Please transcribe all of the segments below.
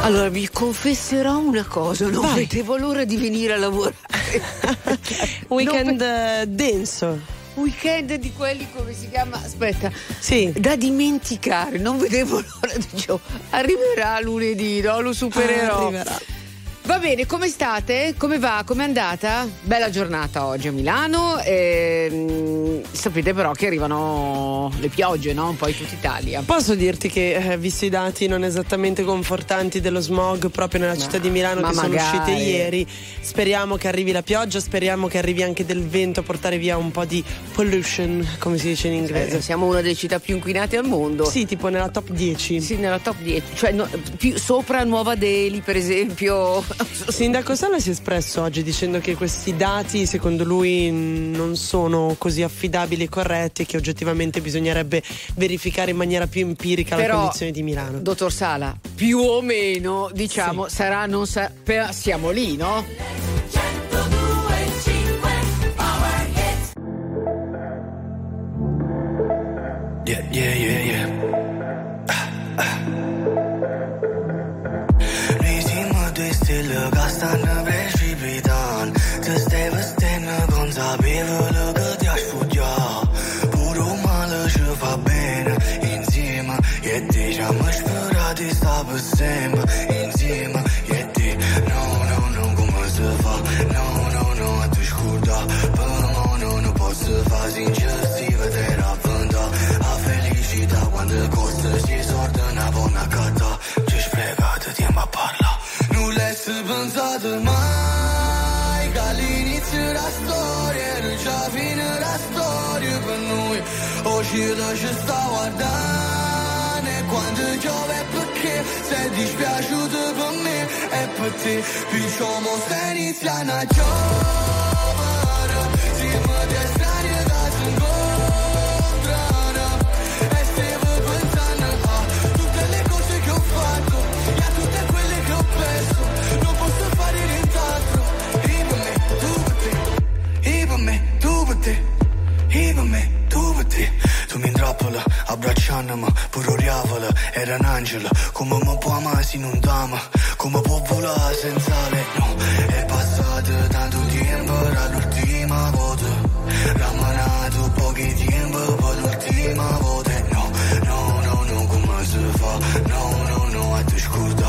Allora, vi confesserò una cosa, non vedevo l'ora di venire a lavorare. Weekend denso. Weekend di quelli, come si chiama? Aspetta. Sì. Da dimenticare, non vedevo l'ora, dicevo, arriverà lunedì, no? Lo supererò. Arriverà. Va bene, come state? Come va? Com'è andata? Bella giornata oggi a Milano. Sapete però che arrivano le piogge, no? Un po' in tutta Italia. Posso dirti che visto i dati non esattamente confortanti dello smog proprio nella città di Milano che sono uscite ieri, speriamo che arrivi la pioggia, speriamo che arrivi anche del vento a portare via un po' di pollution, come si dice in inglese. Siamo una delle città più inquinate al mondo. Sì, tipo nella top 10. Sì, nella top 10, cioè più sopra Nuova Delhi, per esempio. Sindaco Sala si è espresso oggi dicendo che questi dati secondo lui non sono così affidabili e corretti e che oggettivamente bisognerebbe verificare in maniera più empirica la condizione di Milano. Dottor Sala, più o meno diciamo sì. Sarà, non sa, però siamo lì, no? Yeah. Stille ca stanno precipitando. Te stai vestendo consapevole che ti hai studiato. Pure un male ci fa bene insieme. E te ci abbiamo sperato di stare per sempre insieme. E te no, come si fa? No, a te scorda. Per me non posso fare sincero, si vedere avventa. A felicità quando costa si sorda una buona cata. Ci spiegate tempo a parlare. Si pensate mai che all'inizio della storia non c'è fine la storia per noi. Oggi lo ci sta guardando e quando piove perché sei dispiaciuto per me e per te. Diciamo se inizia una giovane, siamo dei strani che si incontrano e stiamo pensando a tutte le cose che ho fatto e a tutte quelle che ho perso. Non posso fare nient'altro. E per me, tu per te. E per me, tu per te. E per me, tu per te. Tu mi intrappola, abbracciandomi, pure oriavola. Era un angelo, come mi può amare se non t'ama. Come può volare senza lei, no. È passato tanto tempo dall'ultima volta. Ramanato pochi tempo per l'ultima volta. No, come si fa? No, a te scorda.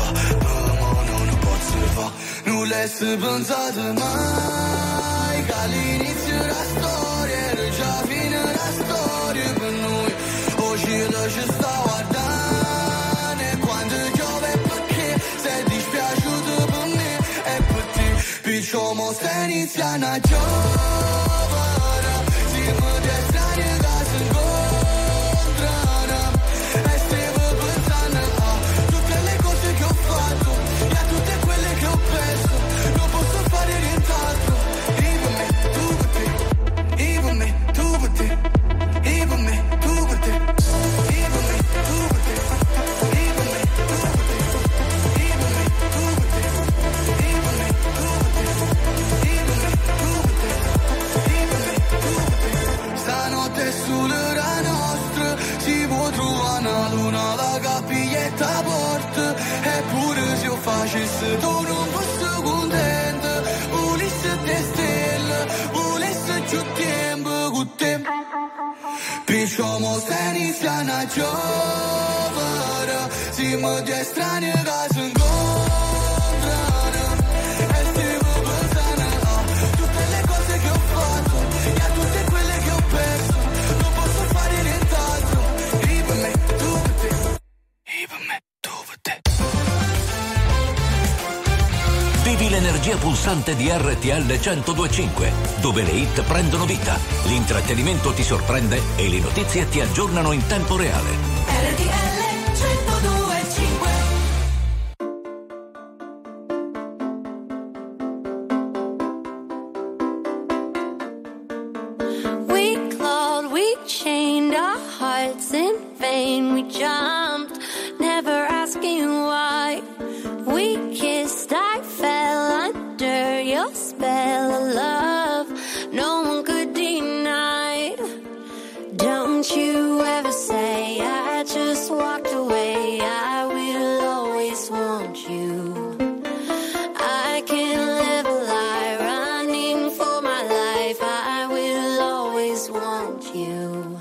Non l'hai pensato mai che all'inizio della storia era già fine la storia per noi. Oggi lo ci sta guardando e quando piove perché sei dispiaciuto per me e per te. Diciamo se inizia una giovane, siamo dei strani che si incontrano e stiamo pensando a tutte le cose che ho fatto e a tutte quelle che ho perso. Non posso fare nient'altro. E per me, tu per te. E per me, tu per te. E per me, tu per te. E per me, tu per te. E per me, tu per te. E per me, tu per te. E per me, tu per te. E per me, tu per te. E per me, tu per te. Stanotte sulla nostra si può trovare una luna alla capiglietta porta. Eppure se io facessi tu non fossi contento. Volesse te stelle, volesse più tempo con te. Diciamo se inizia una giovane, siamo dei strani che si incontrano e stiamo pensando a tutte le cose che ho fatto e a tutte quelle che ho perso. Non posso fare nient'altro. E per me, tu per te. E per me, tu per te. Vivi l'energia pulsante di RTL 102.5, dove le hit prendono vita, l'intrattenimento ti sorprende e le notizie ti aggiornano in tempo reale. RTL 102.5. We clawed, we chained our hearts in vain. We jumped, never asking why. We kissed, I fell under your spell of love. No one could deny. Don't you ever say I just walked away. I will always want you. you.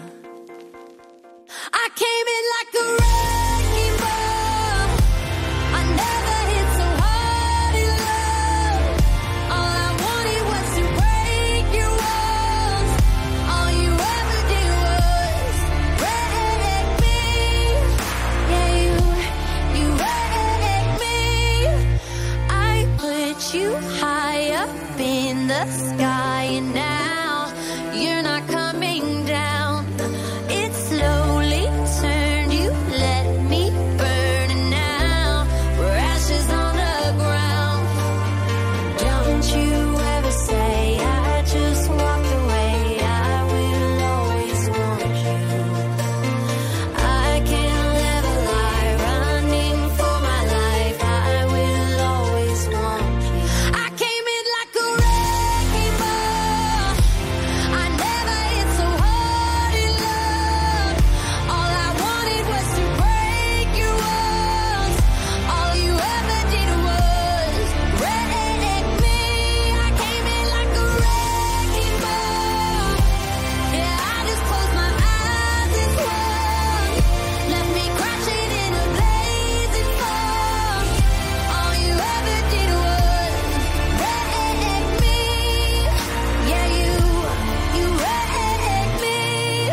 I came in like a wrecking ball. I never hit so hard in love. All I wanted was to break your walls. All you ever did was wreck me. Yeah, you wrecked me. I put you high up in the sky, and now you're not coming down. It slowly turned, you let me burn, and now we're ashes on the ground. Don't you ever say I just walked away. I will always want you. I can't live a lie, running for my life. I will always want you. I came in like a wrecking ball. I never hit so hard in love. All I wanted was to break your walls. All you ever did was wreck me. I came in like a wrecking ball. Yeah, I just closed my eyes and swung. Left me crashing in a blazing fog. All you ever did was wreck me. Yeah, you wrecked me.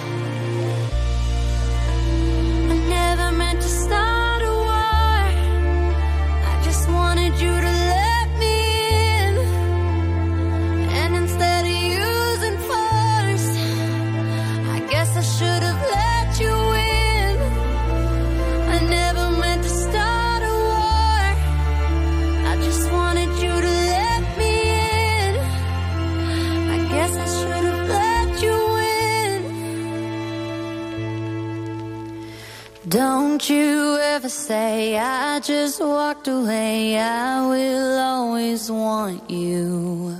I never meant to start a war. I just wanted you to let me in. And instead of using force, I guess I should have let you in. I never meant to start a war. I just wanted you to let me in. I guess I should have let you in. Don't you ever say I just walked away. I will always want you.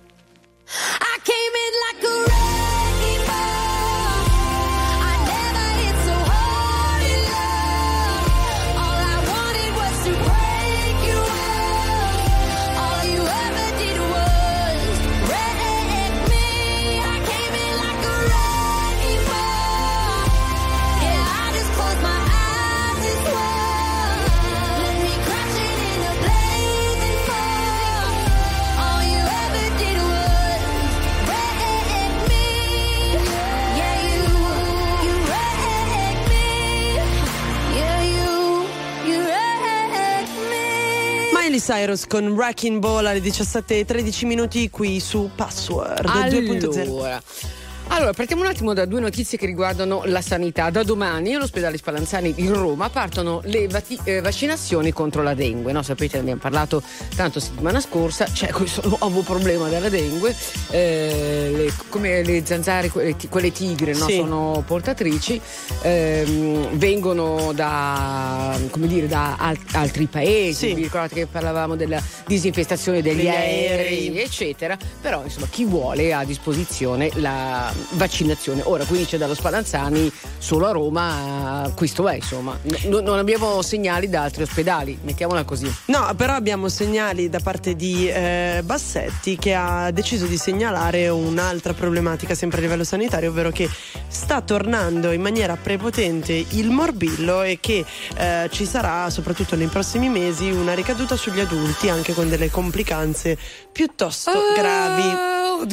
I came in like a wrecking ball. I never hit so hard in love. All I wanted was to break your walls. All you ever did was wreck me. I came in like a wrecking ball. Yeah, I just closed my eyes and swung. Left me crashing in a blazing fog. All you ever did was wreck me. Yeah, you wrecked me. Yeah, you wrecked me. Miley Cyrus con Wrecking Ball alle 17:13 minuti qui su Password 2.0. Allora, partiamo un attimo da due notizie che riguardano la sanità. Da domani all'ospedale Spallanzani in Roma partono le vaccinazioni contro la dengue, no? Sapete, ne abbiamo parlato tanto settimana scorsa, c'è questo nuovo problema della dengue, come le zanzare, quelle tigre, no? Sì. Sono portatrici, vengono da, come dire, da altri paesi. Sì. Vi ricordate che parlavamo della disinfestazione degli aerei, eccetera, però insomma chi vuole ha a disposizione la vaccinazione. Ora qui c'è dallo Spallanzani solo a Roma, questo è, insomma, non abbiamo segnali da altri ospedali, mettiamola così. No, però abbiamo segnali da parte di Bassetti, che ha deciso di segnalare un'altra problematica sempre a livello sanitario, ovvero che sta tornando in maniera prepotente il morbillo e che ci sarà soprattutto nei prossimi mesi una ricaduta sugli adulti, anche con delle complicanze piuttosto gravi.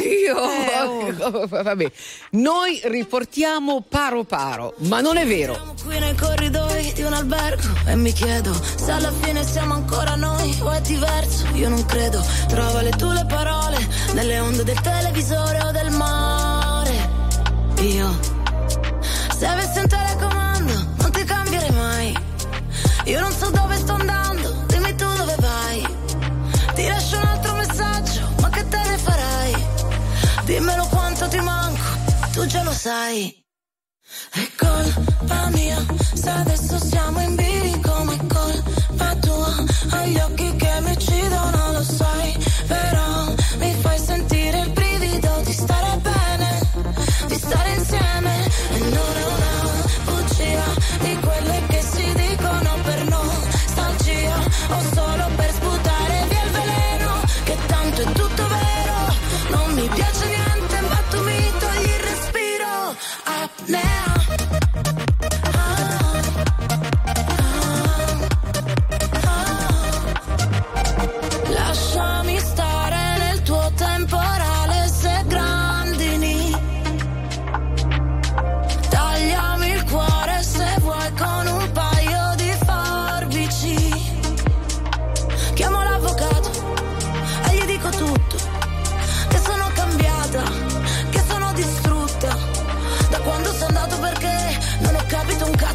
Oddio! Vabbè, noi riportiamo paro paro, ma non è vero. Siamo qui nei corridoi di un albergo e mi chiedo se alla fine siamo ancora noi o è diverso. Io non credo, trova le tue parole nelle onde del televisore o del mare. Io, se avessi un telecomando non ti cambierei mai. Io non so dove sto andando, dimmi tu dove vai. Ti lascio un altro messaggio, ma che te ne farai? Dimmelo quanto ti manco, tu già lo sai. È colpa mia, se adesso siamo in bilico, ma è colpa tua. Hai gli occhi che mi uccidono, lo sai. Però mi fai sentire il brivido di stare bene, di stare insieme. E non è una bugia di quelle che si dicono per nostalgia, o solo per sputare via il veleno, che tanto è tutto vero. Non mi piace niente, ma tu mi togli il respiro.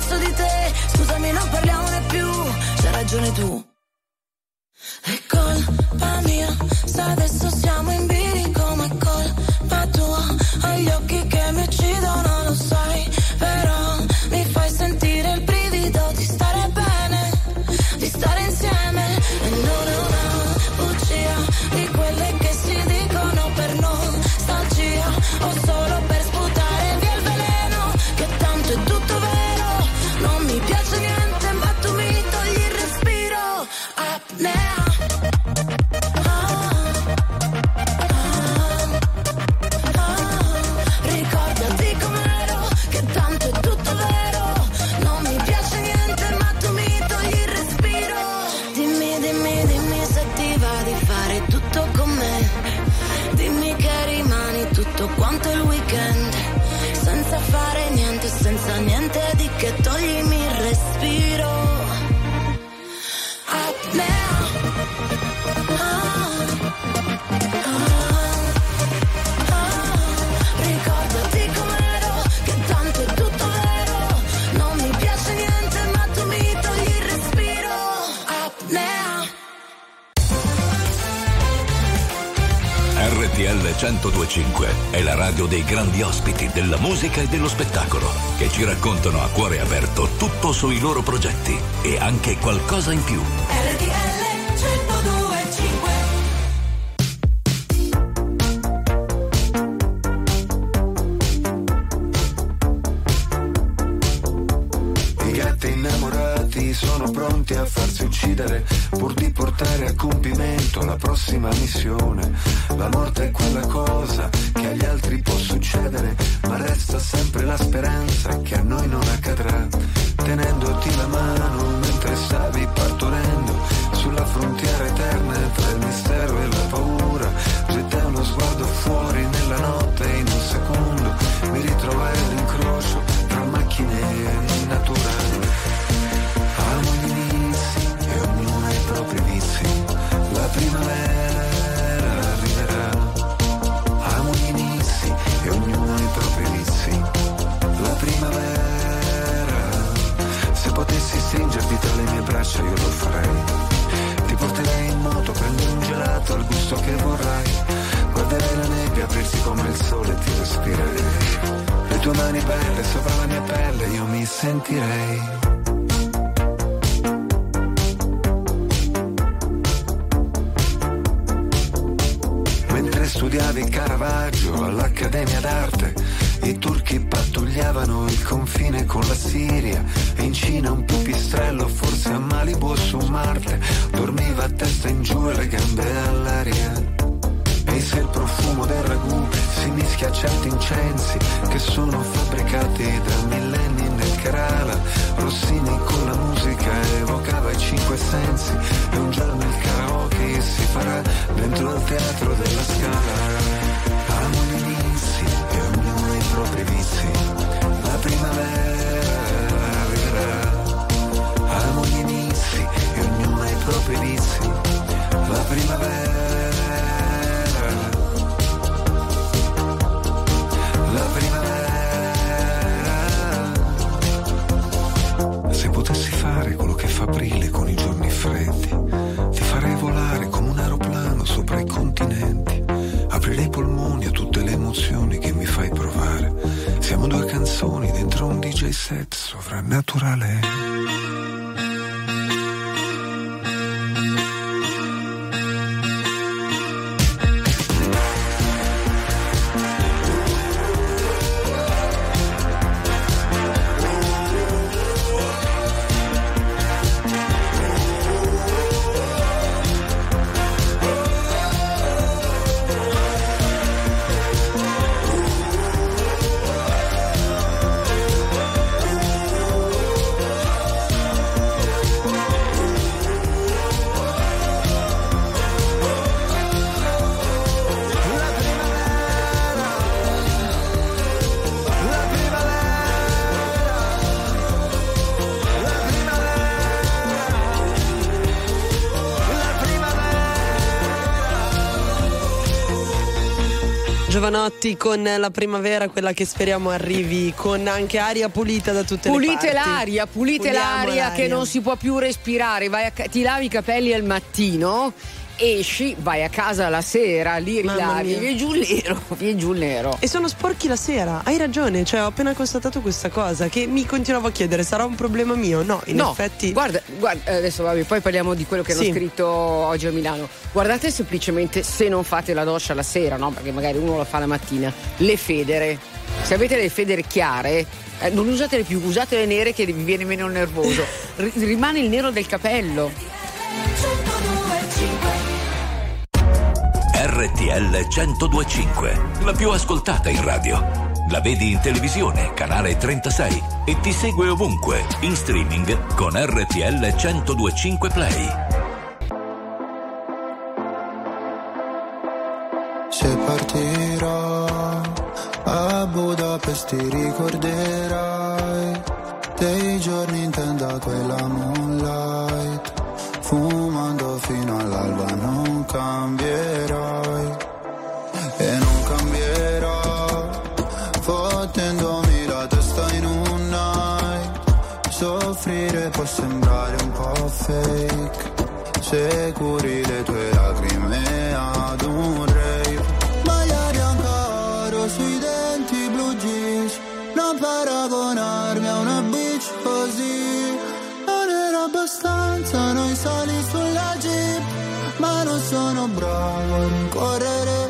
pezzo di te. Scusami, non parliamone più, c'hai ragione tu. È colpa mia, se adesso siamo in bilico, ma è colpa tua. Hai gli occhi che mi uccidono, lo sai, però mi fai sentire il brivido di stare bene, di stare insieme. E non è una bugia di quelle che si dicono per nostalgia, o solo per sputare via il veleno, che tanto è tutto vero. Non mi piace niente, ma tu mi togli il respiro. Apnea. Ricordati com'ero, che tanto è tutto vero. Non mi piace niente, ma tu mi togli il respiro. Dimmi, dimmi, dimmi se ti va di fare tutto con me. Dimmi che rimani tutto quanto il weekend, senza fare niente, senza niente di che, toglimi il respiro. Apnea. Ricordati com'ero, che tanto è tutto vero. Non mi piace niente, ma tu mi togli il respiro. Apnea. RTL 102.5 è la radio dei grandi ospiti della musica e dello spettacolo, che ci raccontano a cuore aperto tutto sui loro progetti e anche qualcosa in più. RTL 102.5. I gatti innamorati sono pronti a farsi uccidere pur di portare a compimento la prossima missione. La morte è quella cosa che agli altri può succedere, ma resta sempre la speranza che a noi non accadrà. Tenendoti la mano mentre stavi partorendo sulla frontiera eterna tra il mistero e la paura, gettai uno sguardo fuori nella notte e in un secondo mi ritrovai all'incrocio tra macchine e natura. Amo gli inizi e ognuno ha i propri vizi, la primavera arriverà. Amo gli inizi e ognuno ha i propri vizi, la primavera. Se potessi stringerti tra le mie braccia io lo farei. Ti porterei in moto, prendi un gelato al gusto che vorrai. Guarderei la nebbia aprirsi come il sole e ti respirerei. Le tue mani belle sopra la mia pelle io mi sentirei. Mentre studiavi Caravaggio all'Accademia d'Arte, i turchi pattugliavano il confine con la Siria, e in Cina un pipistrello, forse a Malibu o su Marte, dormiva a testa in giù e le gambe all'aria. E se il profumo del ragù si mischia a certi incensi che sono fabbricati da millenni nel Kerala, Rossini con la musica evocava i cinque sensi, e un giorno il karaoke si farà dentro al teatro della Scala. Amo gli inizi e ognuno ha i propri vizi, la primavera arriverà. Amo gli inizi e ognuno ha i propri vizi, la primavera. La primavera. Se potessi fare quello che fa aprile con i giorni freddi, ti farei volare come un aeroplano sopra i continenti. Aprirei i polmoni a tutte le emozioni che mi fai provare. Siamo due canzoni dentro un DJ set sovrannaturale. Giovanotti con la primavera, quella che speriamo arrivi con anche aria pulita da tutte le parti. Pulite l'aria che non si può più respirare. Ti lavi i capelli al mattino, esci, vai a casa la sera, li rilavi, viene giù il nero. E sono sporchi la sera, hai ragione, cioè ho appena constatato questa cosa che mi continuavo a chiedere, sarà un problema mio? No, in effetti. Guarda, adesso poi parliamo di quello che hanno scritto oggi a Milano. Guardate semplicemente se non fate la doccia la sera, no? Perché magari uno la fa la mattina, le federe. Se avete le federe chiare, non usatele più, usate le nere che vi viene meno nervoso. Rimane il nero del capello. RTL 1025, la più ascoltata in radio. La vedi in televisione, canale 36, e ti segue ovunque, in streaming con RTL 1025 Play. Se partirò a Budapest ti ricorderai dei giorni intendato e la moonlight. Fumando fino all'alba non cambierai e non cambierò, fottendomi la testa in un night. Soffrire può sembrare un po' fake se curi le tue lacrime ad un rave. Magliari ancora sui denti blu jeans, non paragonarmi a una bitch così. Abbastanza noi sali sulla jeep, ma non sono bravo a rincorrere.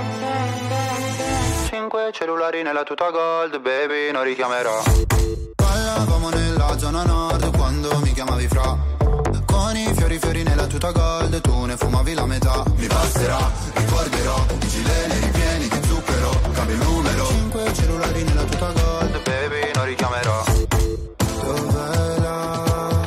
5 cellulari nella tuta gold, baby, non richiamerò. Ballavamo nella zona nord quando mi chiamavi fra. Con i fiori nella tuta gold, tu ne fumavi la metà. Mi passerà, ricorderò, i gileni ripieni di zucchero, cambio il numero. 5 cellulari nella tuta gold, baby, non richiamerò. Dov'è la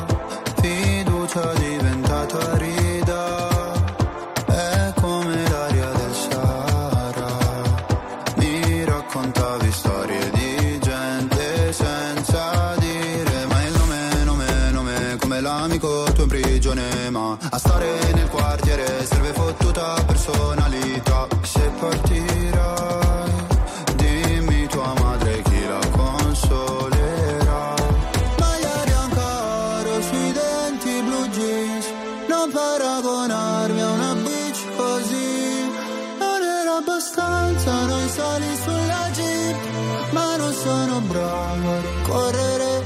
diventata rida, è come l'aria del Sahara. Mi raccontavi storie di gente senza dire mai il nome, come l'amico tuo in prigione. Ma a stare nel quartiere serve fottuta personalità. Se partirai, dimmi tua madre chi la consolerà. Non paragonarmi a una bitch così. Non era abbastanza noi sali sulla jeep, ma non sono bravo a correre.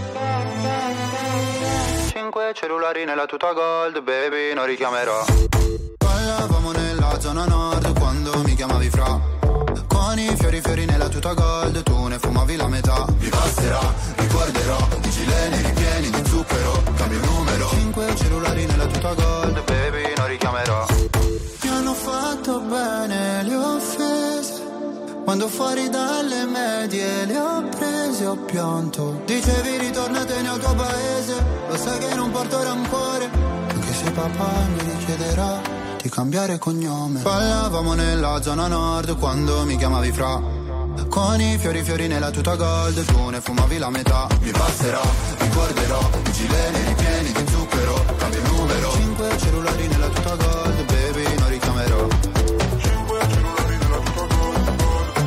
5 cellulari nella tuta gold, baby, non richiamerò. Ballavamo nella zona nord quando mi chiamavi fra. Con i fiori nella tuta gold, tu ne fumavi la metà. Mi passerà, ricorderò, i gileni ripieni di zucchero, cambio il numero. 5 cellulari nella tuta gold, baby, non richiamerò. Mi hanno fatto bene le offese, quando fuori dalle medie le ho prese, ho pianto. Dicevi ritornatene al tuo paese, lo sai che non porto rancore, anche se papà mi richiederà di cambiare cognome. Ballavamo nella zona nord quando mi chiamavi fra. Con i fiori nella tuta gold, tu ne fumavi la metà. Mi passerà, ricorderò, i gileni ripieni di zucchero, cambio il numero. 5 cellulari nella tuta gold, baby, non richiamerò. 5 cellulari nella tuta gold,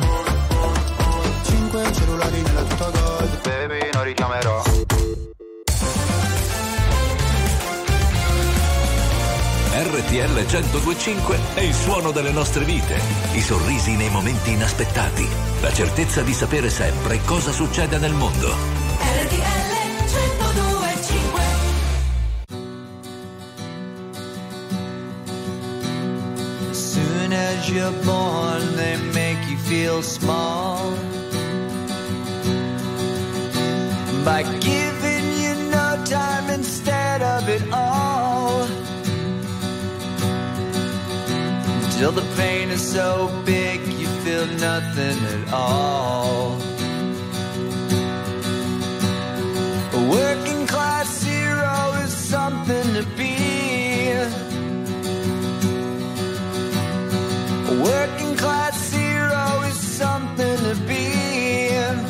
5 cellulari nella tuta gold, baby, non richiamerò. RTL 1025 è il suono delle nostre vite, i sorrisi nei momenti inaspettati, la certezza di sapere sempre cosa succede nel mondo. RTL 1025. Soon as you're born, they make you feel small by giving you no time instead of it all. Till the pain is so big you feel nothing at all. A working class hero is something to be. A working class hero is something to be.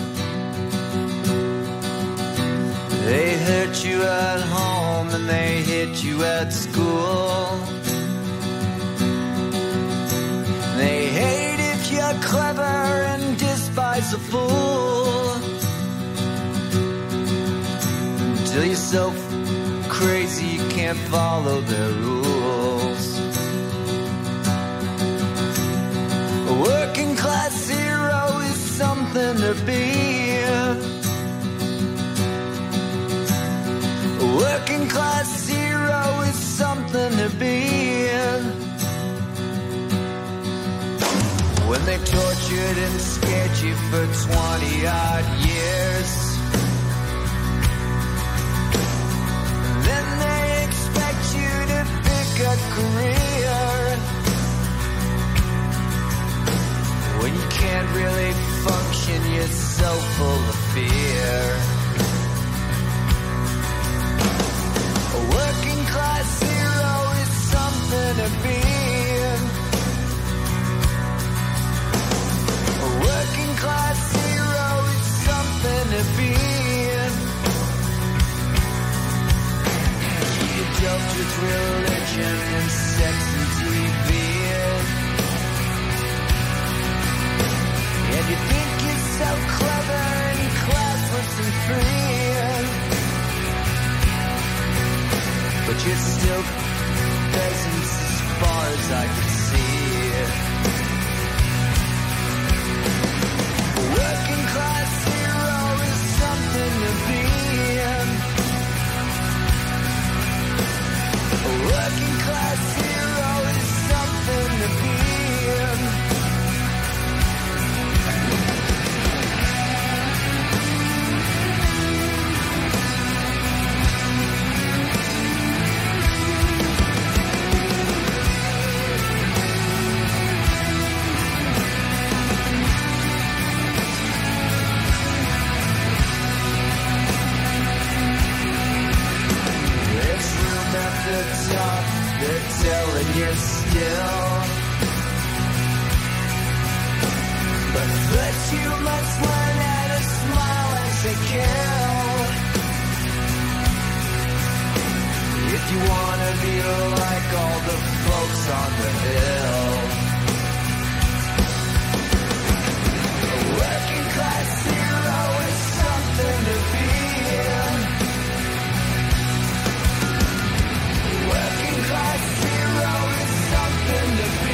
They hurt you at home and they hit you at school. They hate if you're clever a fool until you're so crazy you can't follow their rules. A working class hero is something to be. A working class hero is something to be. When they tortured and scared you for 20 odd years, then they expect you to pick a career when you can't really function, you're so full of fear. A working class hero is something to be. A working class hero is something to be. You dealt with religion and sex and TV, and you think you're so clever and classless and free, but you're still peasants as far as I can see. A working class hero is something to be. A working class hero is something to be. They're telling you still, but first you must learn how to smile and say kill. If you wanna be like all the folks on the hill. A working class hero is something to be. Working class hero is something to be.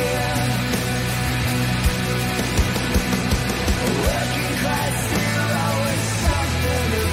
Working class hero is something to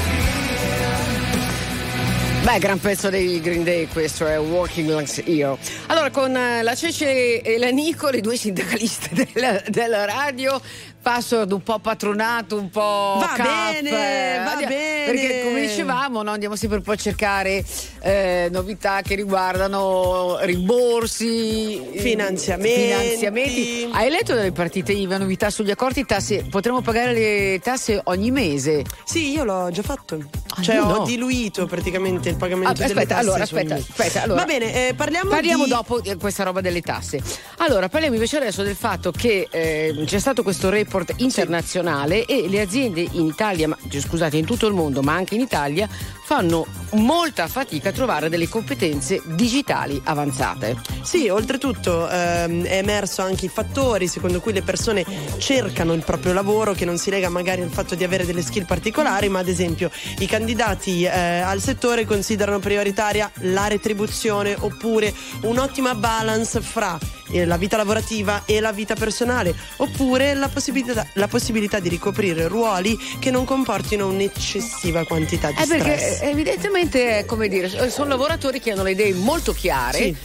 be. Beh, gran pezzo dei Green Day, questo è Working Class Hero. Allora, con la Cece e la Nico, le due sindacaliste della radio, password un po' patronato, un po' va bene. Perché come dicevamo, no, andiamo sempre poi a cercare novità che riguardano rimborsi, finanziamenti. Hai letto delle partite IVA, novità sugli accordi tasse? Potremmo pagare le tasse ogni mese? Sì, io l'ho già fatto. Ho diluito praticamente il pagamento delle tasse. Aspetta. Va bene, parliamo dopo di questa roba delle tasse. Allora, parliamo invece adesso del fatto che c'è stato questo report internazionale e le aziende in Italia, in tutto il mondo, ma anche in Italia, fanno molta fatica a trovare delle competenze digitali avanzate. Sì, oltretutto è emerso anche i fattori secondo cui le persone cercano il proprio lavoro, che non si lega magari al fatto di avere delle skill particolari, ma ad esempio i candidati al settore considerano prioritaria la retribuzione oppure un'ottima balance fra la vita lavorativa e la vita personale, oppure la possibilità di ricoprire ruoli che non comportino un'eccessiva quantità di stress. Perché evidentemente, come dire, sono lavoratori che hanno le idee molto chiare, sì,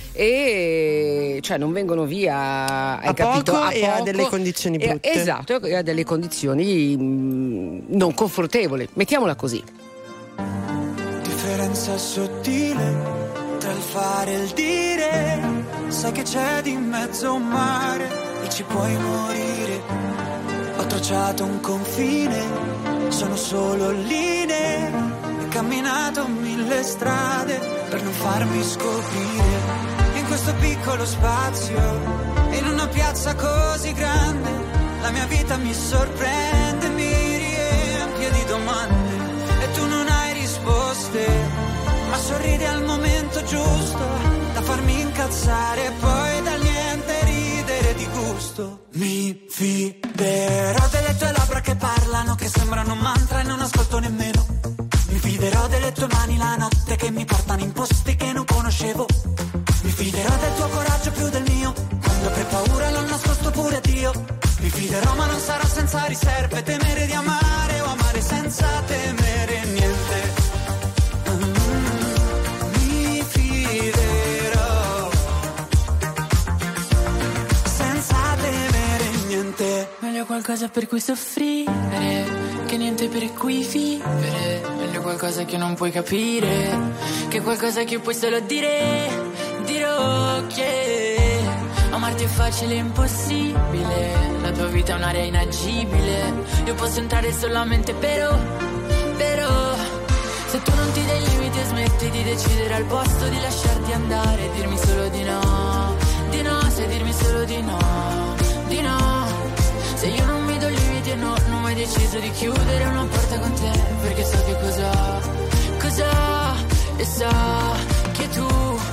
e cioè non vengono via a poco e a delle condizioni brutte. Esatto, e a delle condizioni non confortevoli, mettiamola così. Differenza sottile tra il fare e il dire, sai che c'è di mezzo un mare e ci puoi morire. Ho tracciato un confine, sono solo linee, ho camminato 1000 strade per non farmi scoprire. In questo piccolo spazio, in una piazza così grande, la mia vita mi sorprende, mi riempie di domande e tu non hai risposte, ma sorridi al momento giusto da farmi incazzare e poi dal niente ridere di gusto. Mi fiderò delle tue labbra che che sembrano un mantra e non ascolto nemmeno. Mi fiderò delle tue mani la notte che mi portano in posti che non conoscevo. Mi fiderò del tuo coraggio più del mio, quando per paura l'ho nascosto pure a Dio. Mi fiderò ma non sarò senza riserve, temere di amare o amare senza temere niente. Mi fiderò senza temere niente. Meglio qualcosa per cui soffrire che niente per cui vivere. Meglio qualcosa che non puoi capire che qualcosa che puoi solo dire. Dirò che amarti è facile e impossibile. La tua vita è un'area inagibile. Io posso entrare solamente però se tu non ti dai limiti e smetti di decidere al posto di lasciarti andare, dirmi solo di no, sai dirmi solo di no. Se io non mi do limiti e non ho mai deciso di chiudere una porta con te, perché so che cosa e so che tu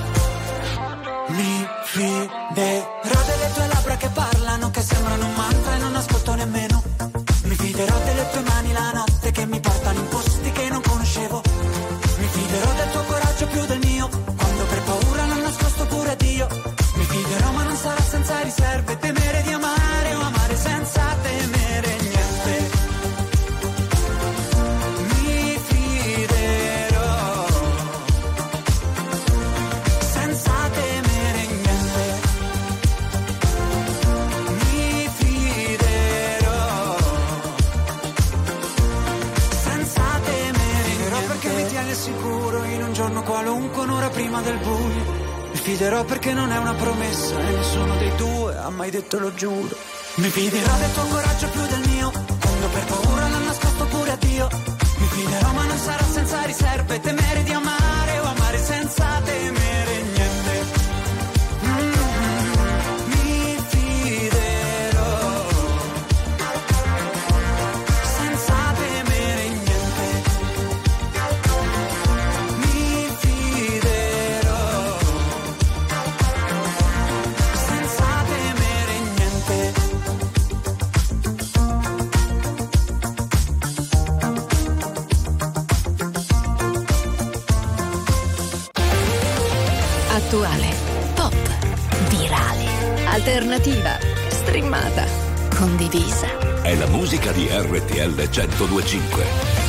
mi fiderò delle tue labbra che parlano, che sembrano un mantra e non ascolto nemmeno. Mi fiderò delle tue mani la notte che mi portano in posti che non conoscevo. Mi fiderò del tuo coraggio più del mio, quando per paura l'ho nascosto pure a Dio. Mi fiderò ma non sarà senza riserve, temere di amare o amare senza temere niente. Mi fiderò senza temere niente. Mi fiderò senza temere niente. Perché mi tieni sicuro in un giorno qualunque, un'ora prima del buio. Mi fiderò perché non è una promessa e nessuno dei due ha mai detto lo giuro. Mi fiderò del tuo coraggio più del mio, quando per paura l'ho nascosto pure a Dio. Mi fiderò ma non sarà senza riserve, temere di amare o amare senza temere niente. Mi fiderò senza temere niente. Mi fiderò senza temere niente. Attuale, pop, virale, alternativa, streamata, condivisa. È la musica di RTL 102.5.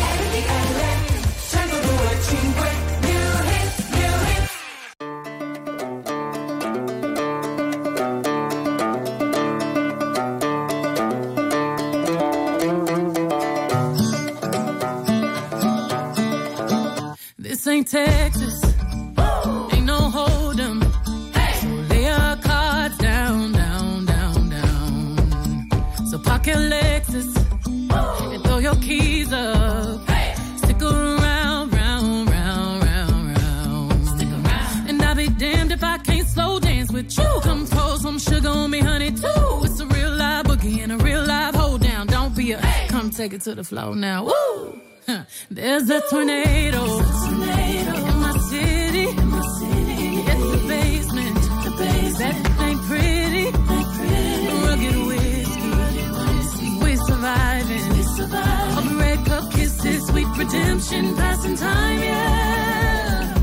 This ain't Texas. Ain't no hold 'em. So lay your cards down, down, down, down. So park your Lexus and throw your keys up. Stick around, round, round, round, round. Stick around. And I'll be damned if I can't slow dance with you. Come pour some sugar on me, honey, too. It's a real live boogie and a real live hold down. Don't be a come take it to the floor now. Woo! There's a tornado in my city. It's the basement. That ain't pretty. Rugged whiskey. We're surviving. All the red cup kisses, sweet redemption, passing time, yeah.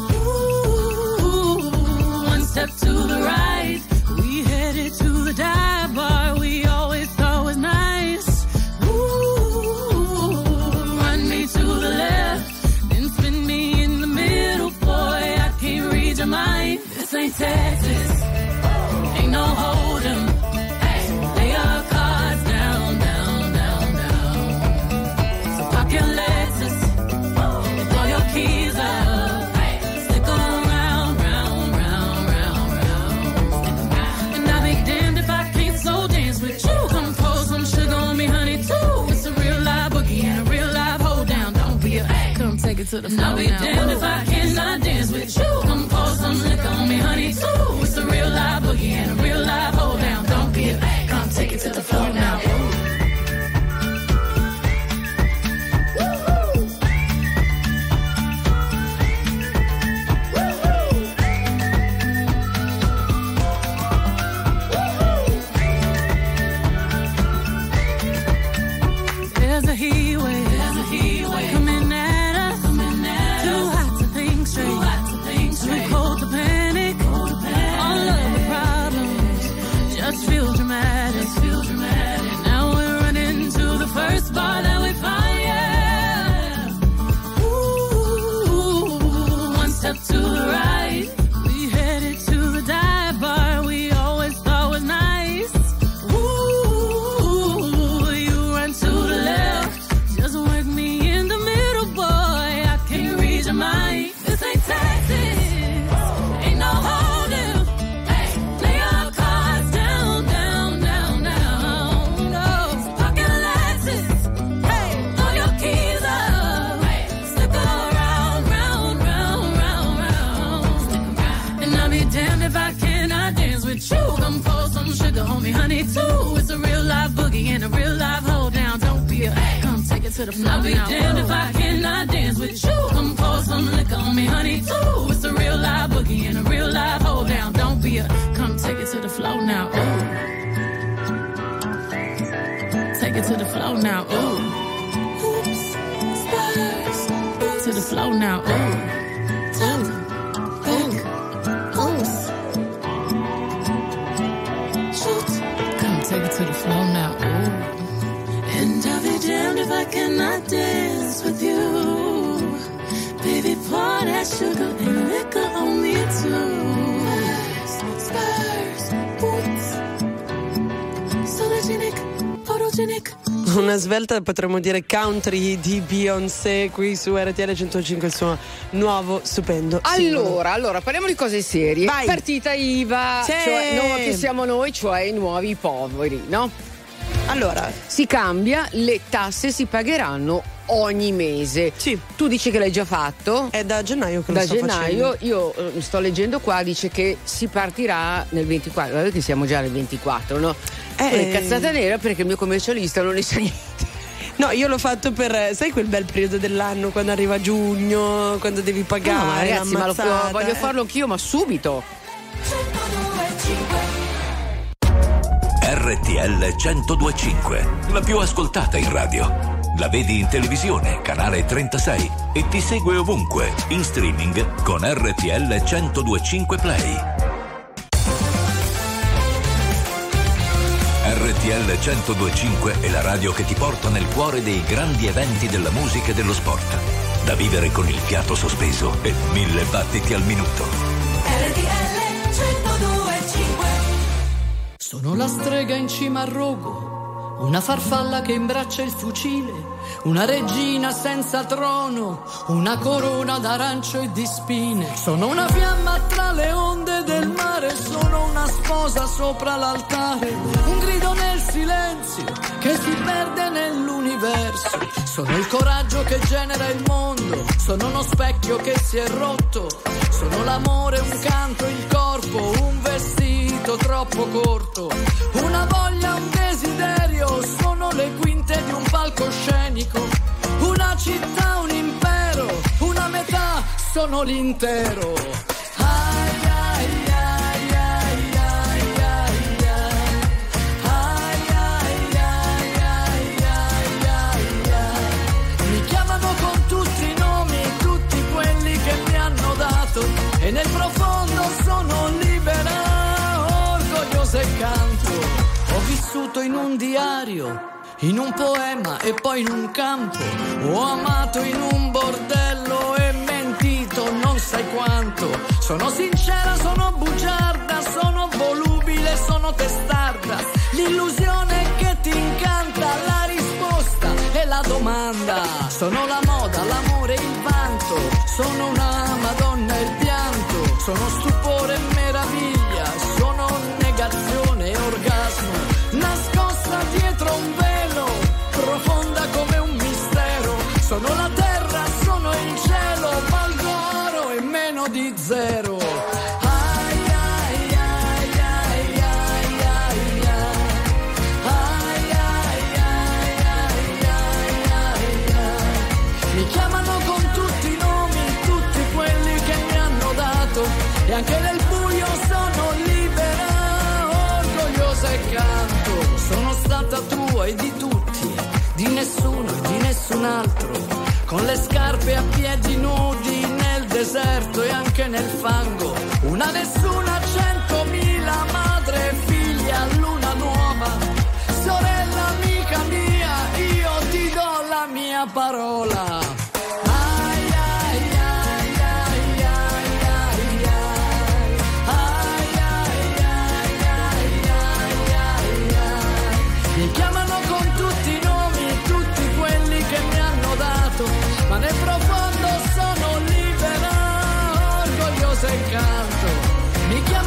Ooh, one step to the right. We headed to the dive bar we always thought was nice. To the left, then spin me in the middle, boy, I can't read your mind. This ain't Texas, ain't no hold 'em. Lay your cards down, down, down, down. So pop your Lexus and throw your keys up. Stick around, round, round, round, round. And I'll be damned if I can't slow dance with you. Come pour some sugar on me, honey, too. It's a real live boogie and a real live hold down. Don't be a come take it to the floor. I'll be damned if I cannot dance with you. Come pour some liquor on me, honey, too. It's a real live boogie and a real live hold down. Don't be a come take it to the floor now. There's a heat and a real live hold down. Don't be a come take it to the floor. I'll be damned if I cannot dance with you. Come pour some liquor on me, honey, too. It's a real live boogie and a real live hold down. Don't be a come take it to the floor now. Ooh. Take it to the floor now. Ooh. Oops, stars. To the floor now. Ooh. Ooh. Take it to the floor now, ooh. And I'll be damned if I cannot dance with you. Baby, pour that sugar and liquor on me too. Spurs, boots, sologenic, photogenic. Una svelta, potremmo dire country di Beyoncé qui su RTL 105, il suo nuovo stupendo singolo. Allora parliamo di cose serie. Vai. Partita IVA, sì. Cioè che siamo noi, cioè i nuovi poveri, no? Allora, si cambia, le tasse si pagheranno ogni mese. Sì. Tu dici che l'hai già fatto? È da gennaio che lo sto facendo. Io sto leggendo qua, dice che si partirà nel 24, guarda che siamo già nel 24, no? È cazzata nera perché il mio commercialista non ne sa niente. No, io l'ho fatto per, sai, quel bel periodo dell'anno quando arriva giugno, quando devi pagare. No, ma ragazzi, ma voglio farlo anch'io, ma subito. RTL 102.5, la più ascoltata in radio. La vedi in televisione, canale 36, e ti segue ovunque, in streaming con RTL 102.5 Play. RTL 102.5 è la radio che ti porta nel cuore dei grandi eventi della musica e dello sport. Da vivere con il fiato sospeso e 1000 battiti al minuto. RTL 102.5. Sono la strega in cima al rogo, una farfalla che imbraccia il fucile, una regina senza trono, una corona d'arancio e di spine. Sono una fiamma tra le onde del mare, sono una sposa sopra l'altare, un grido nel silenzio che si perde nell'universo. Sono il coraggio che genera il mondo, sono uno specchio che si è rotto, sono l'amore, un canto, il corpo, un vestito troppo corto, una voglia, un desiderio, sono le quinte di un palcoscenico, una città, un impero, una metà, sono l'intero. Ai, ai, ai, ai, ai, ai, ai, ai, ai, ai, ai, ai. Mi chiamano con tutti i nomi, tutti quelli che mi hanno dato, e nel profondo sono libera, orgogliosa e canto. Ho vissuto in un diario, in un poema e poi in un campo, ho amato in un bordello e mentito non sai quanto. Sono sincera, sono bugiarda, sono volubile, sono testarda, l'illusione che ti incanta, la risposta e la domanda. Sono la moda, l'amore, il vanto, sono una madonna e il pianto, sono stupore e meraviglia, sono negazione e orgasmo, nascosta dietro un velo, profonda come un mistero. Sono la terra, sono il cielo, valgo oro e meno di zero. Ai, ai, ai, ai, ai, ai, ai, ai, ai, ai, ai. Mi chiamano con tutti i nomi, tutti quelli che mi hanno dato, e anche nel buio sono libera, orgogliosa e canto. Sono stata tua e di tutti, di nessuno e di nessun altro, con le scarpe a piedi nudi nel deserto e anche nel fango. Una nessuna, 100.000, madre e figlia, luna nuova, sorella amica mia, io ti do la mia parola. Mi chiamano con tutti i nomi, tutti quelli che mi hanno dato, ma nel profondo sono libera, orgogliosa e canto. Mi chiamano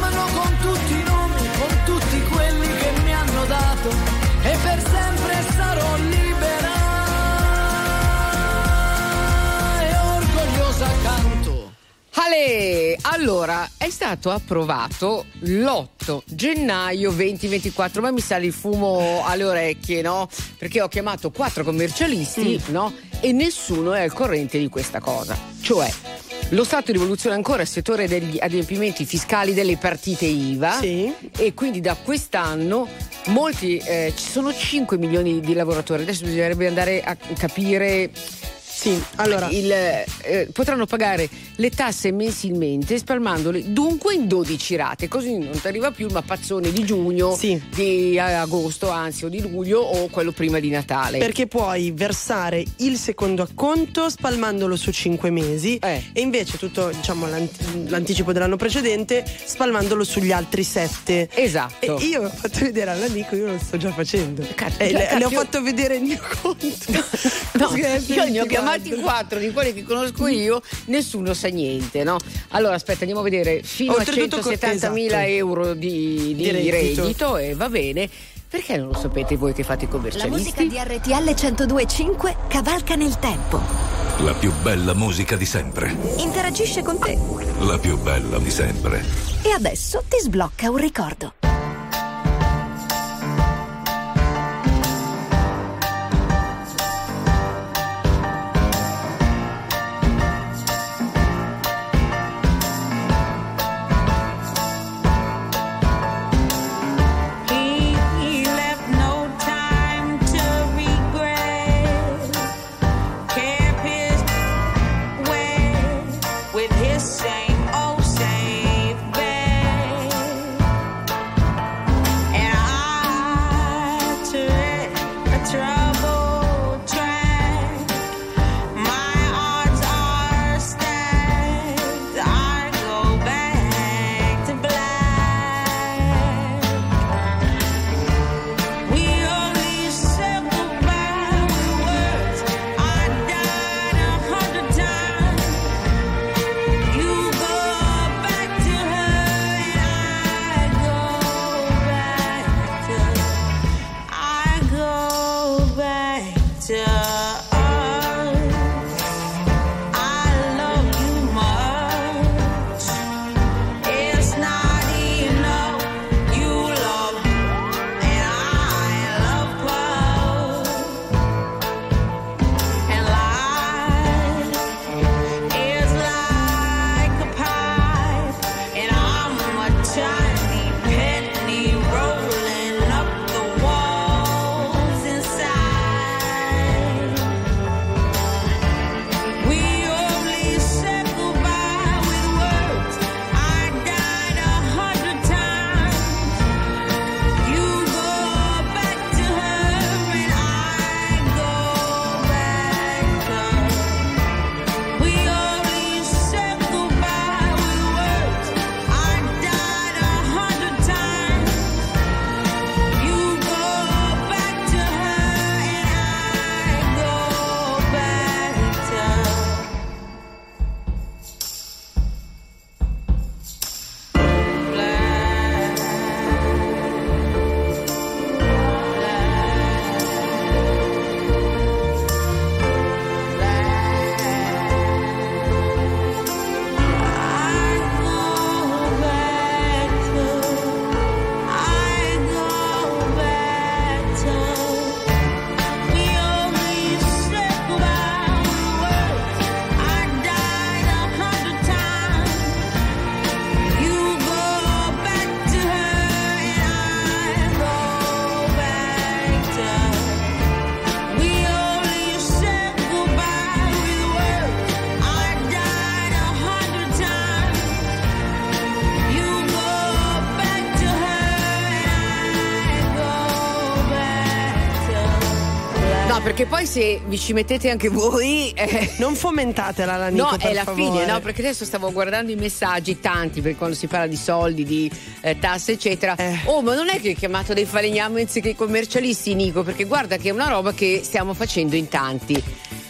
Allora, è stato approvato l'8 gennaio 2024, ma mi sale il fumo alle orecchie, no? Perché ho chiamato 4 commercialisti, no? E nessuno è al corrente di questa cosa. Cioè, lo Stato rivoluziona ancora il settore degli adempimenti fiscali delle partite IVA, e quindi da quest'anno molti, ci sono 5 milioni di lavoratori. Adesso bisognerebbe andare a capire. Sì, allora potranno pagare le tasse mensilmente, spalmandole dunque in 12 rate, così non ti arriva più il mappazzone di giugno, di agosto, anzi, o di luglio, o quello prima di Natale. Perché puoi versare il secondo acconto spalmandolo su 5 mesi e invece tutto, diciamo, l'anticipo dell'anno precedente spalmandolo sugli altri 7. Esatto. E io ho fatto vedere all'amico, io lo sto già facendo. Le ho fatto vedere il mio conto. No, io ne ho chiamati 4 di quelli che conosco io, nessuno sa niente, no? Allora aspetta, andiamo a vedere, fino a 170.000 euro di reddito, e va bene. Perché non lo sapete voi che fate i commercialisti? La musica di RTL 102.5 cavalca nel tempo. La più bella musica di sempre. Interagisce con te. La più bella di sempre. E adesso ti sblocca un ricordo. Perché poi se vi ci mettete anche voi non fomentatela la Nico, no, per è la favore. fine, no, perché adesso stavo guardando i messaggi, tanti, perché quando si parla di soldi, di tasse eccetera, oh, ma non è che hai chiamato dei falegnami anziché i commercialisti, Nico, perché guarda che è una roba che stiamo facendo in tanti.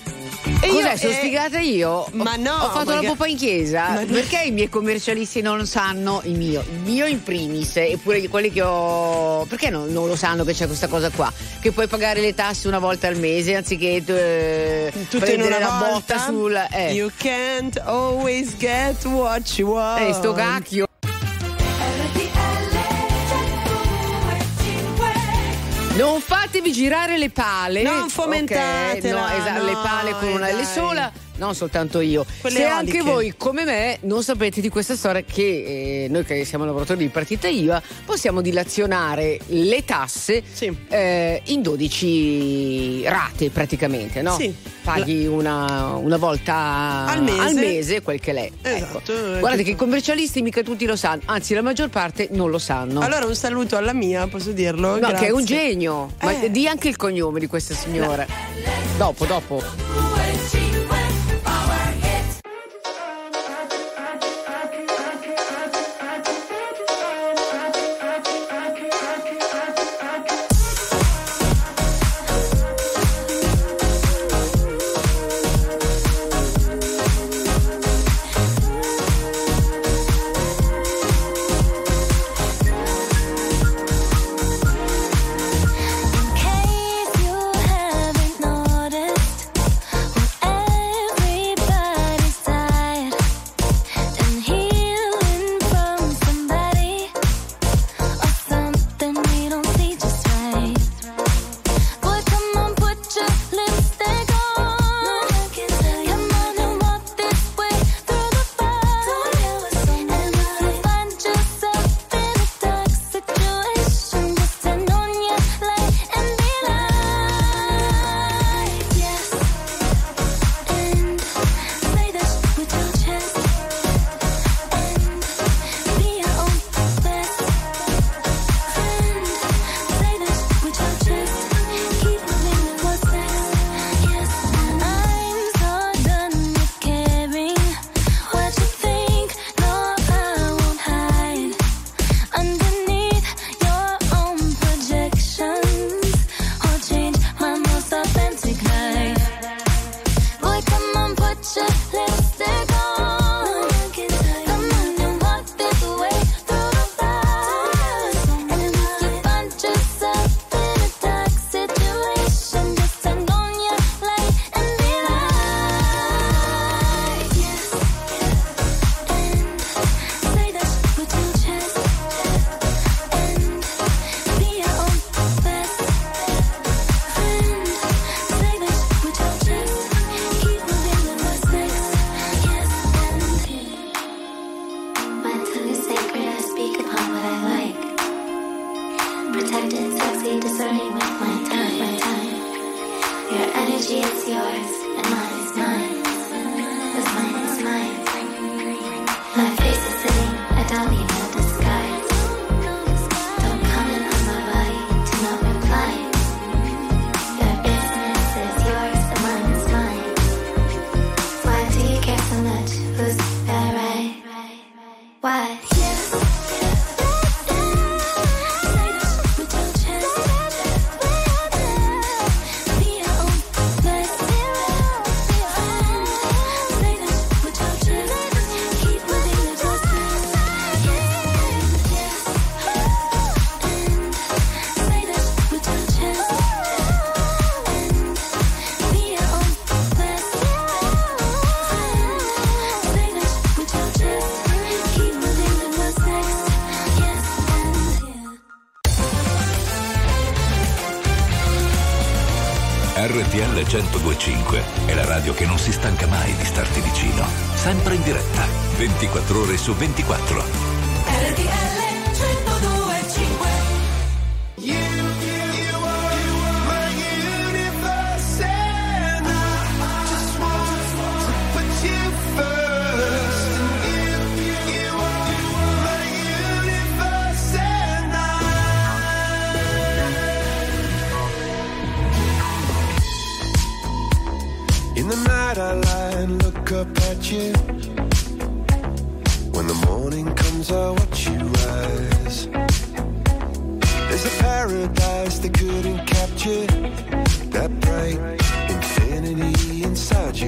Cos'è? Sono sfigata io? Ma no, ho fatto la poppa in chiesa. Perché i miei commercialisti non lo sanno? Il mio in primis, eppure quelli che ho. Perché non lo sanno che c'è questa cosa qua? Che puoi pagare le tasse una volta al mese anziché tutto in una la volta botta sul. You can't always get what you want. Sto cacchio. Non fatevi girare le pale. Non fomentatela. Okay? No, le pale con una L sola. Non soltanto io. Quelle Se oliche. anche voi, come me, non sapete di questa storia, che noi che siamo lavoratori di partita IVA possiamo dilazionare le tasse in 12 rate praticamente, no? Sì. Paghi una volta al mese quel che l'è. Esatto. Ecco. Guardate che i commercialisti mica tutti lo sanno, anzi la maggior parte non lo sanno. Allora un saluto alla mia, posso dirlo? No, Grazie. che è un genio. Ma di anche il cognome di questa signora. No. Dopo. RTL 102.5 è la radio che non si stanca mai di starti vicino. Sempre in diretta, 24 ore su 24. RTL 102.5. In the night I lie and look up at you. When the morning comes I watch you rise. There's a paradise they couldn't capture. That bright infinity inside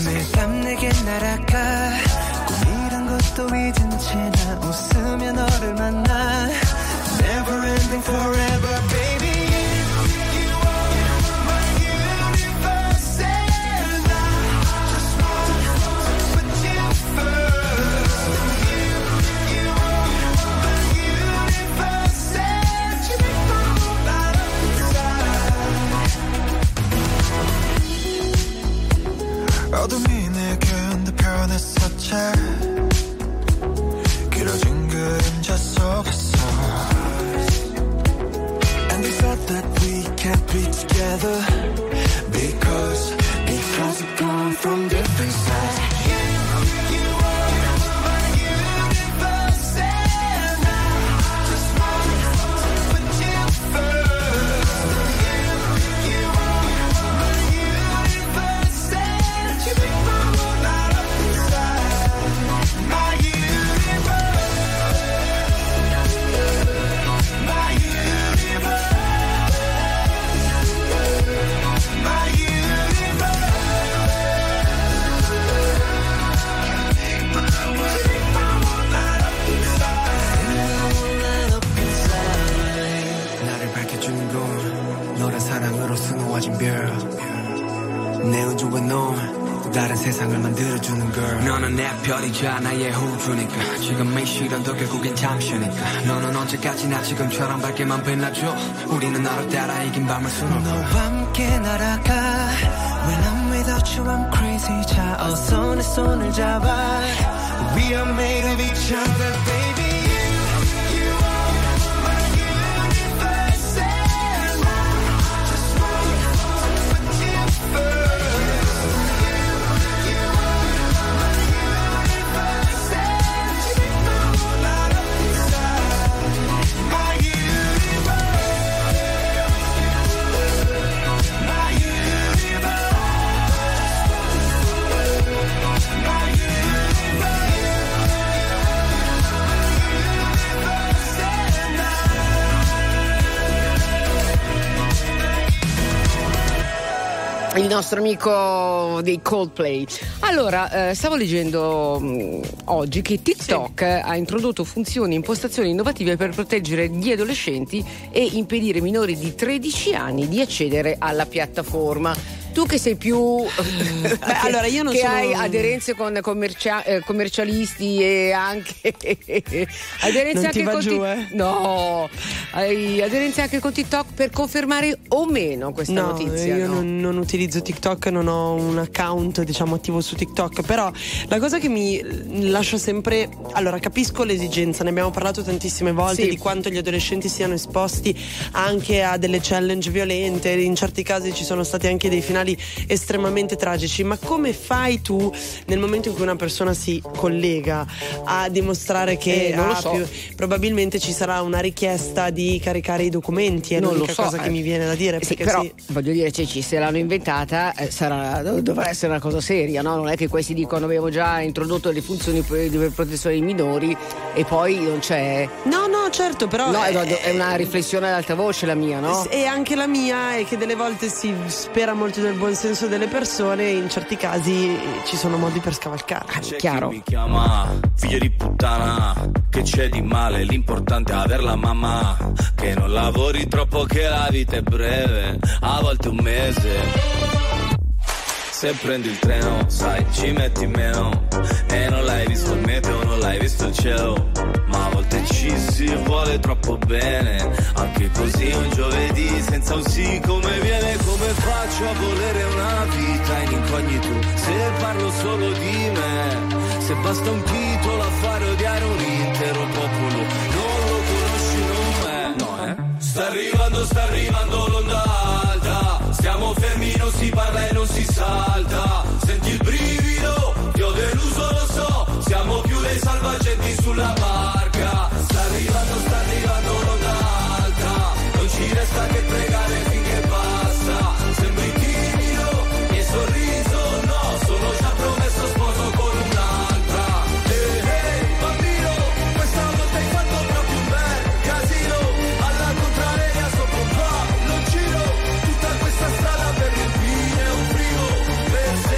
오늘 밤 내게 날아가 꿈이란 것도 잊은 채 나 웃으며 너를 만나 Never ending forever baby You are my universe and I just want to put you first You are my universe and you make my whole light up inside 어둠이 내겐 더 변했었지 길어진 그림자 속에서 And we thought that we can't be together Because we've gone from different sides You are my universe and I just want to put you first You are my universe and you make my whole light up inside My universe 사랑으로 수놓아진 별 내 우주와 너 다른 세상을 만들어주는 girl 너는 내 별이자 나의 호주니까 지금 이 시련도 결국엔 잠시니까 너는 언제까지나 지금처럼 밝게만 빛나줘 우리는 너를 따라 이긴 밤을 수놓고 너와 함께 날아가 When I'm without you I'm crazy 자 어서 내 손을 잡아 We are made of each other baby il nostro amico dei Coldplay. Allora, stavo leggendo oggi che TikTok ha introdotto funzioni e impostazioni innovative per proteggere gli adolescenti e impedire ai minori di 13 anni di accedere alla piattaforma. Tu che sei più allora io non che sono... hai aderenze con commercialisti e anche aderenze non anche ti va con giù, no, hai aderenze anche con TikTok per confermare o meno questa notizia? Io non utilizzo TikTok, non ho un account diciamo attivo su TikTok, però la cosa che mi lascia sempre, allora capisco l'esigenza, ne abbiamo parlato tantissime volte di quanto gli adolescenti siano esposti anche a delle challenge violente, in certi casi ci sono stati anche dei finali estremamente tragici, ma come fai tu nel momento in cui una persona si collega a dimostrare che non lo so. probabilmente ci sarà una richiesta di caricare i documenti, è l'unica cosa che mi viene da dire, perché però voglio dire, Ceci, se l'hanno inventata dovrà essere una cosa seria, no? Non è che questi dicono abbiamo già introdotto le funzioni per protezione dei minori e poi non c'è. No, certo, però no, è una riflessione ad alta voce la mia, no? E anche la mia è che delle volte si spera molto del buon senso delle persone e in certi casi ci sono modi per scavalcare. C'è chiaro. Chi mi chiama figlio di puttana, che c'è di male, l'importante è aver la mamma, che non lavori troppo, che la vita è breve, a volte un mese. Se prendi il treno, sai, ci metti meno, e non l'hai visto il meteo, non l'hai visto il cielo, ma a volte ci si vuole troppo bene, anche così un giovedì senza un sì come viene. Come faccio a volere una vita in incognito se parlo solo di me, se basta un titolo a fare odiare un intero popolo, non lo conosci, non me. No, Sta arrivando l'onda alta, stiamo fermi, non si parla e non si salta, senti il brivido, ti ho deluso lo so, siamo più dei salvagenti sulla barca. Sta arrivando l'onda alta, non ci resta che pregare finché passa, sembri timido, mio sorriso no, sono già promesso sposo con un'altra. Ehi, bambino, questa volta hai fatto proprio un bel casino, alla contraria sopra un palloncino, tutta questa strada per riempire un frigo, per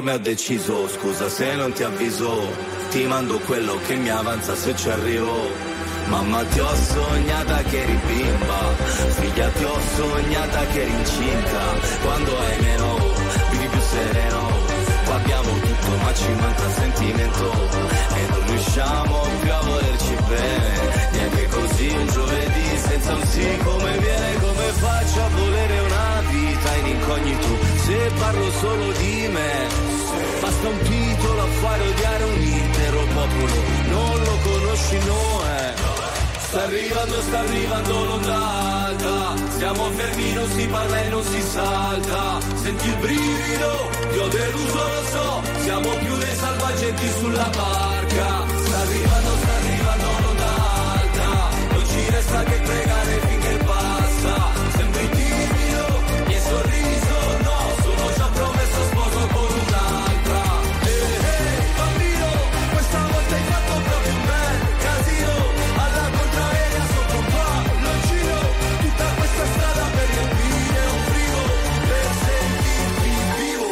come ho deciso, scusa se non ti avviso, ti mando quello che mi avanza se ci arrivo. Mamma ti ho sognata che eri bimba, figlia ti ho sognata che eri incinta, quando hai meno, vivi più sereno, qua abbiamo tutto ma ci manca sentimento, e non riusciamo più a volerci bene, neanche così un giovedì senza un sì come viene, come faccio a volere una vita in incognito, se parlo solo di me, basta un titolo a fare odiare un intero popolo, non lo conosci Noè. Sta arrivando l'ondata, siamo fermi, non si parla e non si salta, senti il brivido, ti ho deluso lo so, siamo più dei salvagenti sulla barca. Sta arrivando l'ondata, non ci resta che pregare finché passa, sembri timido, mi hai sorriso, no, sono già promesso sposo con un'altra. Bambino, questa volta hai fatto proprio un bel casino, alla contraerea sotto un palloncino, tutta questa strada per riempire un frigo, per sentirti vivo.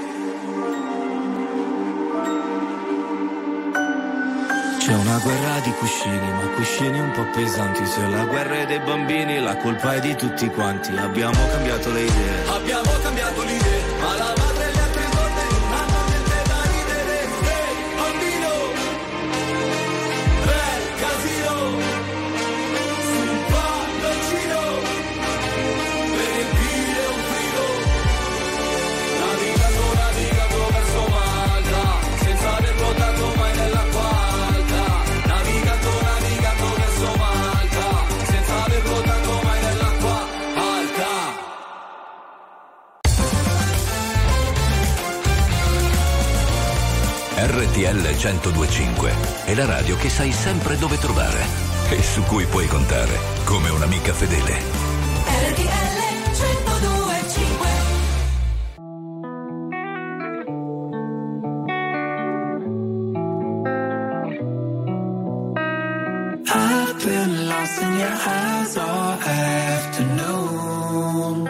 C'è una guerra di cuscini, ma cuscini un po' pesanti, se la guerra è dei bambini la colpa è di tutti quanti, abbiamo cambiato le idee, ma la madre e le altre donne non hanno niente da ridere. Bambino, bel casino, sul palloncino, per riempire un frigo, navigando verso Malta, senza aver nuotato mai nell'acqua alta, navigando verso Malta, senza aver nuotato mai nell'acqua alta. RTL 102.5 è la radio che sai sempre dove trovare e su cui puoi contare come un'amica fedele. RTL 102.5. I've been lost in your eyes all afternoon.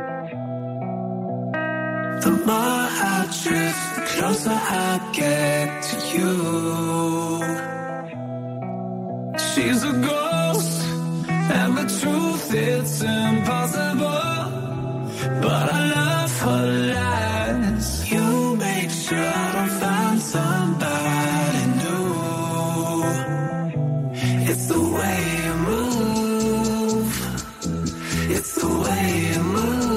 The more I drift, the closer I get to you. She's a ghost, and the truth, it's impossible. But I love her lies. You make sure I don't find somebody new. It's the way you move. It's the way you move.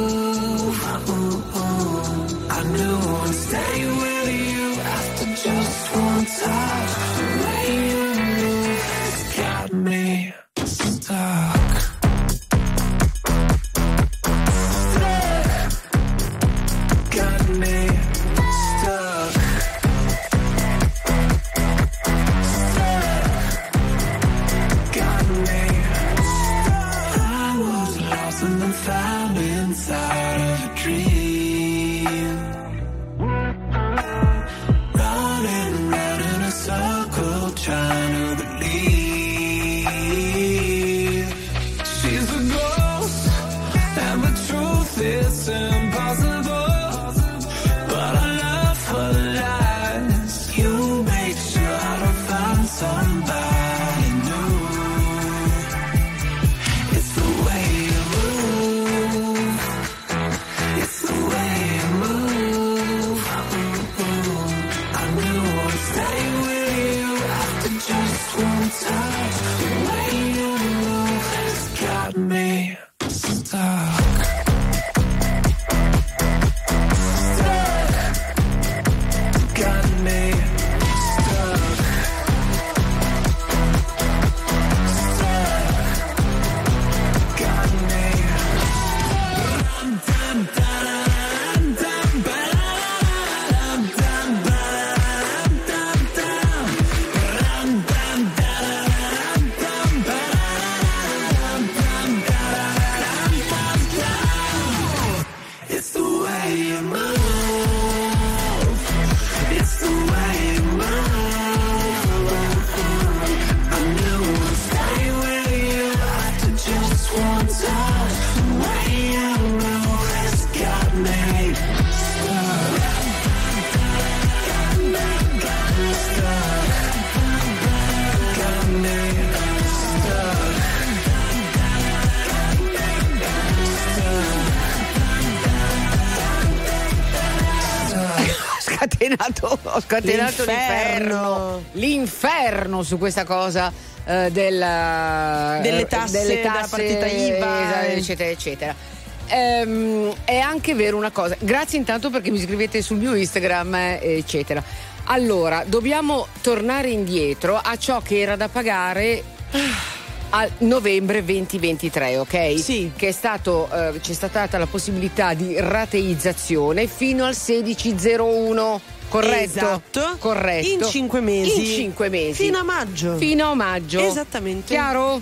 I knew I'd stay with you after just one touch. The way you move has got me stuck. Got me stuck. Got me stuck. I was lost and then found inside of a dream. Running round in a circle, trying to believe. She's a ghost, and the truth is impossible. But I love her lies. You make sure I don't find somebody new. It's the way you move. It's the way you move. I knew I'd stay with you after just one touch. The way you move has got me stuck. Got me stuck. Got me. It's the way you move. It's the way you move. I knew I'd stay with you after just one touch. The way you move has got me stuck. scatenato l'inferno su questa cosa delle tasse della partita IVA, eccetera eccetera. È anche vero una cosa, grazie intanto perché mi scrivete sul mio Instagram eccetera. Allora dobbiamo tornare indietro a ciò che era da pagare a novembre 2023, ok? Sì. Che è stato c'è stata data la possibilità di rateizzazione fino al 16/01. Corretto? Esatto. Corretto. In 5 mesi. In 5 mesi. Fino a maggio. Fino a maggio. Esattamente. Chiaro?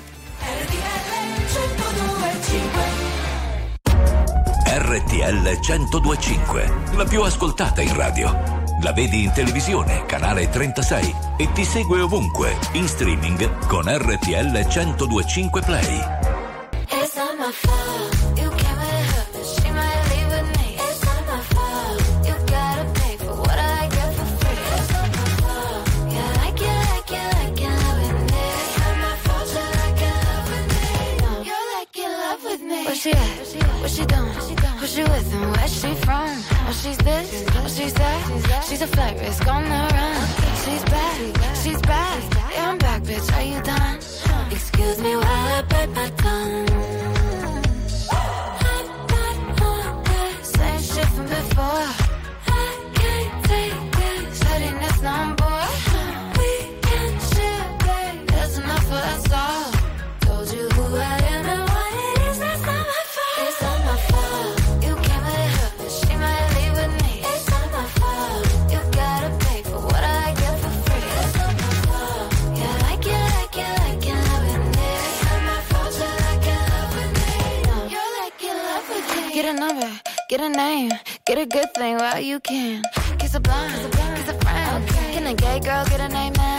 RTL 102.5, la più ascoltata in radio. La vedi in televisione, canale 36 e ti segue ovunque, in streaming con RTL 102.5 Play. It's not my fault. You came with her, but she might leave with me. It's not my fault. You gotta pay for what I get for free. It's not my fault. Yeah, like you love with me. It's not my fault. You like you love with me. No, you like you love with me. Where she at? What she doing? Who she with and where she from? Oh, she's this, oh, she's that. She's a flight risk on the run. She's back. Yeah, I'm back, bitch. Are you done? Excuse me while I bite my tongue. Same shit from before. I can't take this pettiness no more. We can share, babe. There's enough for us all. Told you who I am and what it is. That's not my fault. It's not my fault. You came with her, but she might leave with me. It's not my fault. You gotta pay for what I get for free. It's not my fault. Yeah, like you love with me. It's not my fault. You like you love with me. No, you like you love with me. Get a number, get a name, get a good thing while you can. Kiss a blind, kiss a friend. Can a gay girl get a name, man?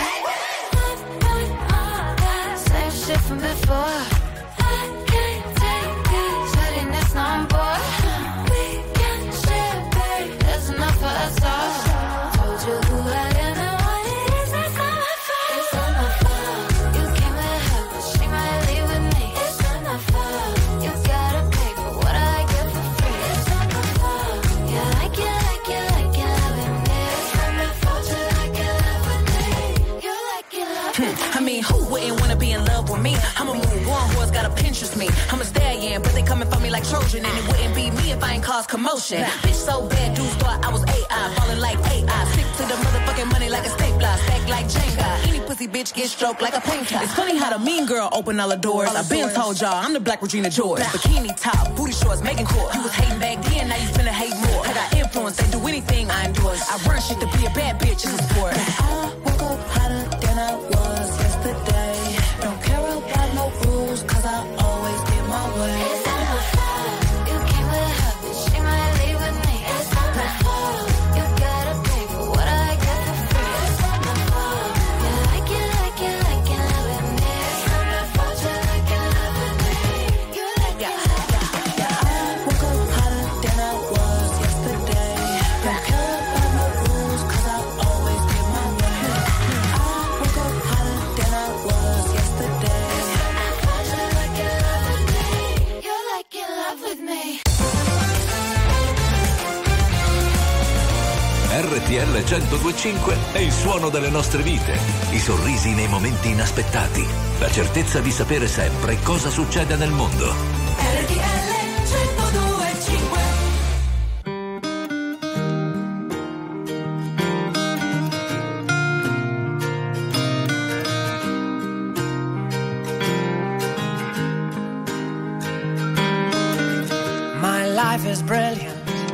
Same shit from before. I can't take this pettiness no more. We can share, babe. There's enough for us all. Told you who I am and what it is. That's not my fault. It's not my fault. You came with her, but she might leave with me. It's not my fault. You gotta pay for what I get for free. It's not my fault. Yeah, like you love with me. It's not my fault. You like you love with me. You like you love with me. I mean, who wouldn't wanna be in love with me? I'm a move on, who's gotta Pinterest me. I'm a stallion, but they coming for me like Trojan. And it wouldn't be me if I ain't cause commotion. Bitch so bad, dudes thought I was AI, falling like AI. Stick to the motherfucking money like a stapler, stack like Jenga. Any pussy bitch get stroked like a painter. It's funny how the mean girl open all the doors. I've been told y'all, I'm the Black Regina George. Bikini top, booty shorts, making court. You was hating back then, now you finna hate more. I got influence, they do anything I endorse. I run shit to be a bad bitch in the sport. I woke up hotter than I was yesterday. Don't care about no rules, cause I always get my way. It's not my fault. You came with her, but she might leave with me. It's not my fault. You gotta pay for what I get for free. It's not my fault. Yeah, like you love with me. It's not my fault. You like you love with me. You like you love with me. I woke up hotter than I was yesterday. Don't care about no rules, cause I always get my way. I woke up hotter than I was yesterday. It's not my fault. You like you love with me. You like you love with me. RTL 102.5 è il suono delle nostre vite, i sorrisi nei momenti inaspettati, la certezza di sapere sempre cosa succede nel mondo. RTL 102.5. My life is brilliant.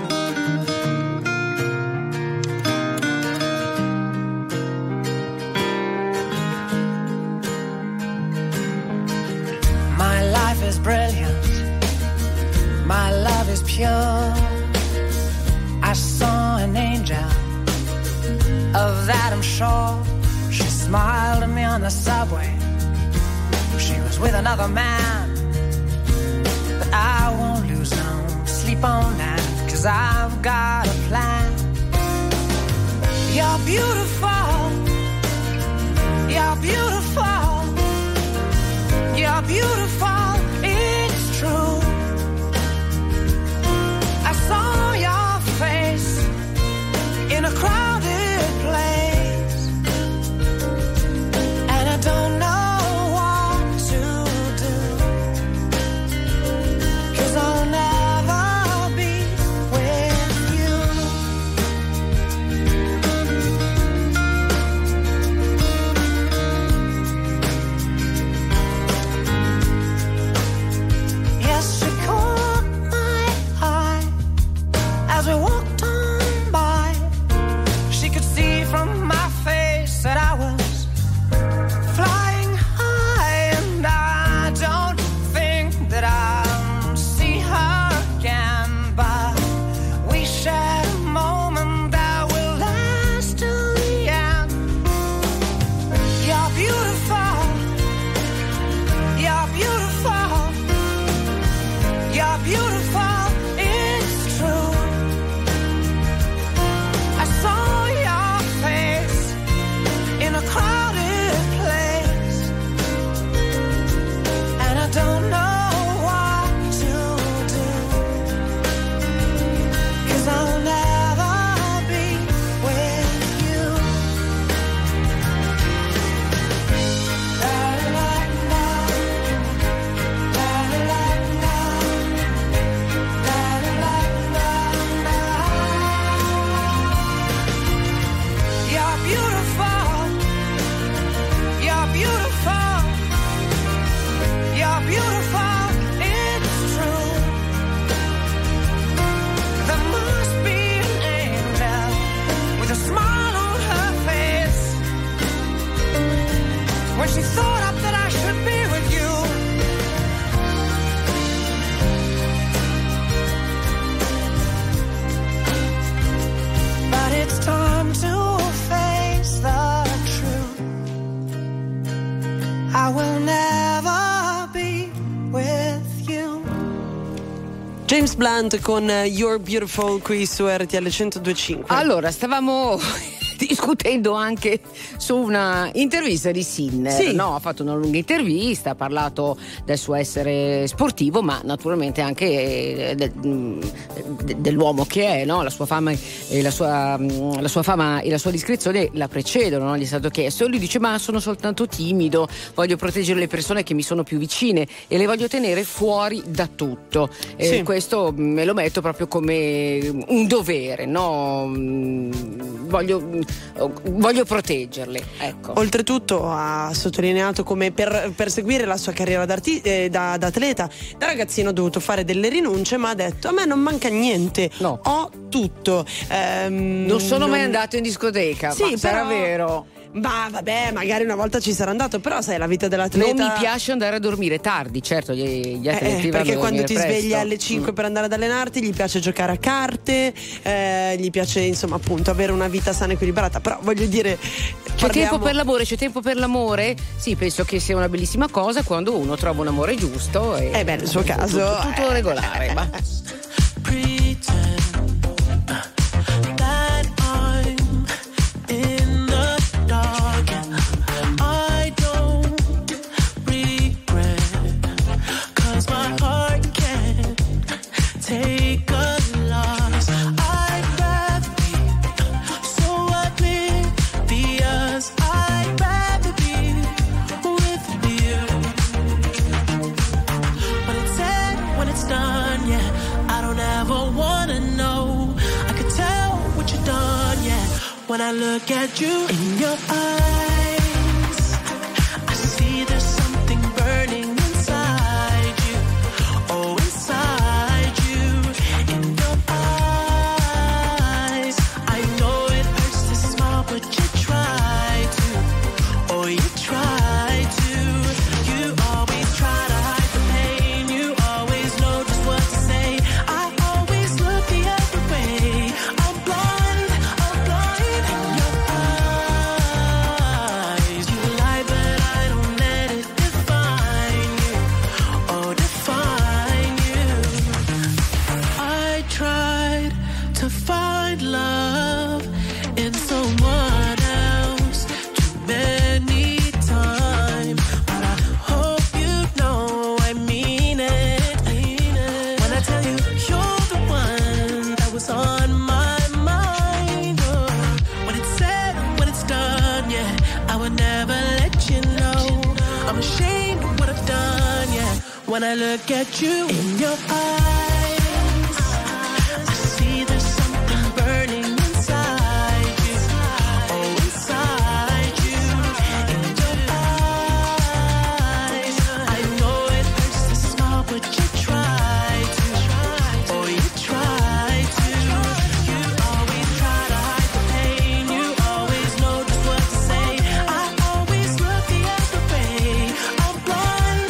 My life is brilliant. My love is pure. I saw an angel, of that I'm sure. She smiled at me on the subway. She was with another man. But I won't lose no sleep on that, 'cause I've got a plan. You're beautiful. You're beautiful. You're beautiful. It's true. I saw your face in a crowd James Blunt con You're Beautiful qui su RTL 102.5. Allora, stavamo discutendo anche su una intervista di Sinner, sì. No? Ha fatto una lunga intervista, ha parlato del suo essere sportivo, ma naturalmente anche dell'uomo che è, no? La sua fama e la sua fama e la sua discrezione la precedono, no? Gli è stato chiesto e lui dice: ma sono soltanto timido, voglio proteggere le persone che mi sono più vicine e le voglio tenere fuori da tutto. Sì. Questo me lo metto proprio come un dovere, no? Voglio proteggerle, ecco. Oltretutto ha sottolineato come per seguire la sua carriera da atleta, da ragazzino ha dovuto fare delle rinunce, ma ha detto: a me non manca niente, no. Ho tutto. Non sono mai andato in discoteca, sì, ma sarà vero? Ma vabbè, magari una volta ci sarà andato, però sai, la vita dell'atleta. Non mi piace andare a dormire tardi, certo, gli atleti perché quando ti svegli presto. alle 5 per andare ad allenarti, gli piace giocare a carte, gli piace insomma appunto avere una vita sana e equilibrata, però voglio dire, c'è tempo per l'amore, c'è tempo per l'amore? Sì, penso che sia una bellissima cosa quando uno trova un amore giusto e nel suo caso tutto regolare, ma when I look at you in your eyes, I see there's something burning inside you. Oh, inside you, in your eyes. I know it hurts to smile, but you try to. Oh, you try to. You always try to hide the pain. You always know just what to say. I always look the other way. I'm blind. When I look at you in your eyes, I see there's something burning inside you. Oh, inside you, in your eyes. I know it hurts to smile, but you try to. Oh, you try to. You always try to hide the pain. You always know just what to say. I always look the other way. I'm blind.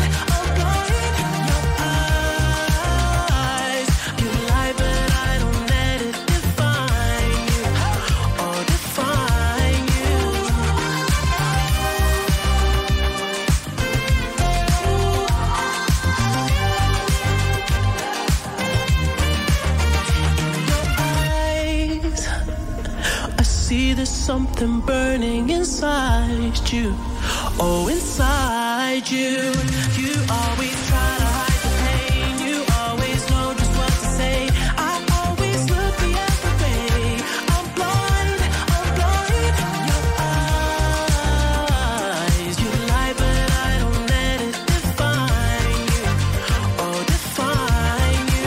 There's something burning inside you. Oh, inside you. You always try to hide the pain. You always know just what to say. I always look the other way. I'm blind in your eyes. You lie, but I don't let it define you. Oh, define you.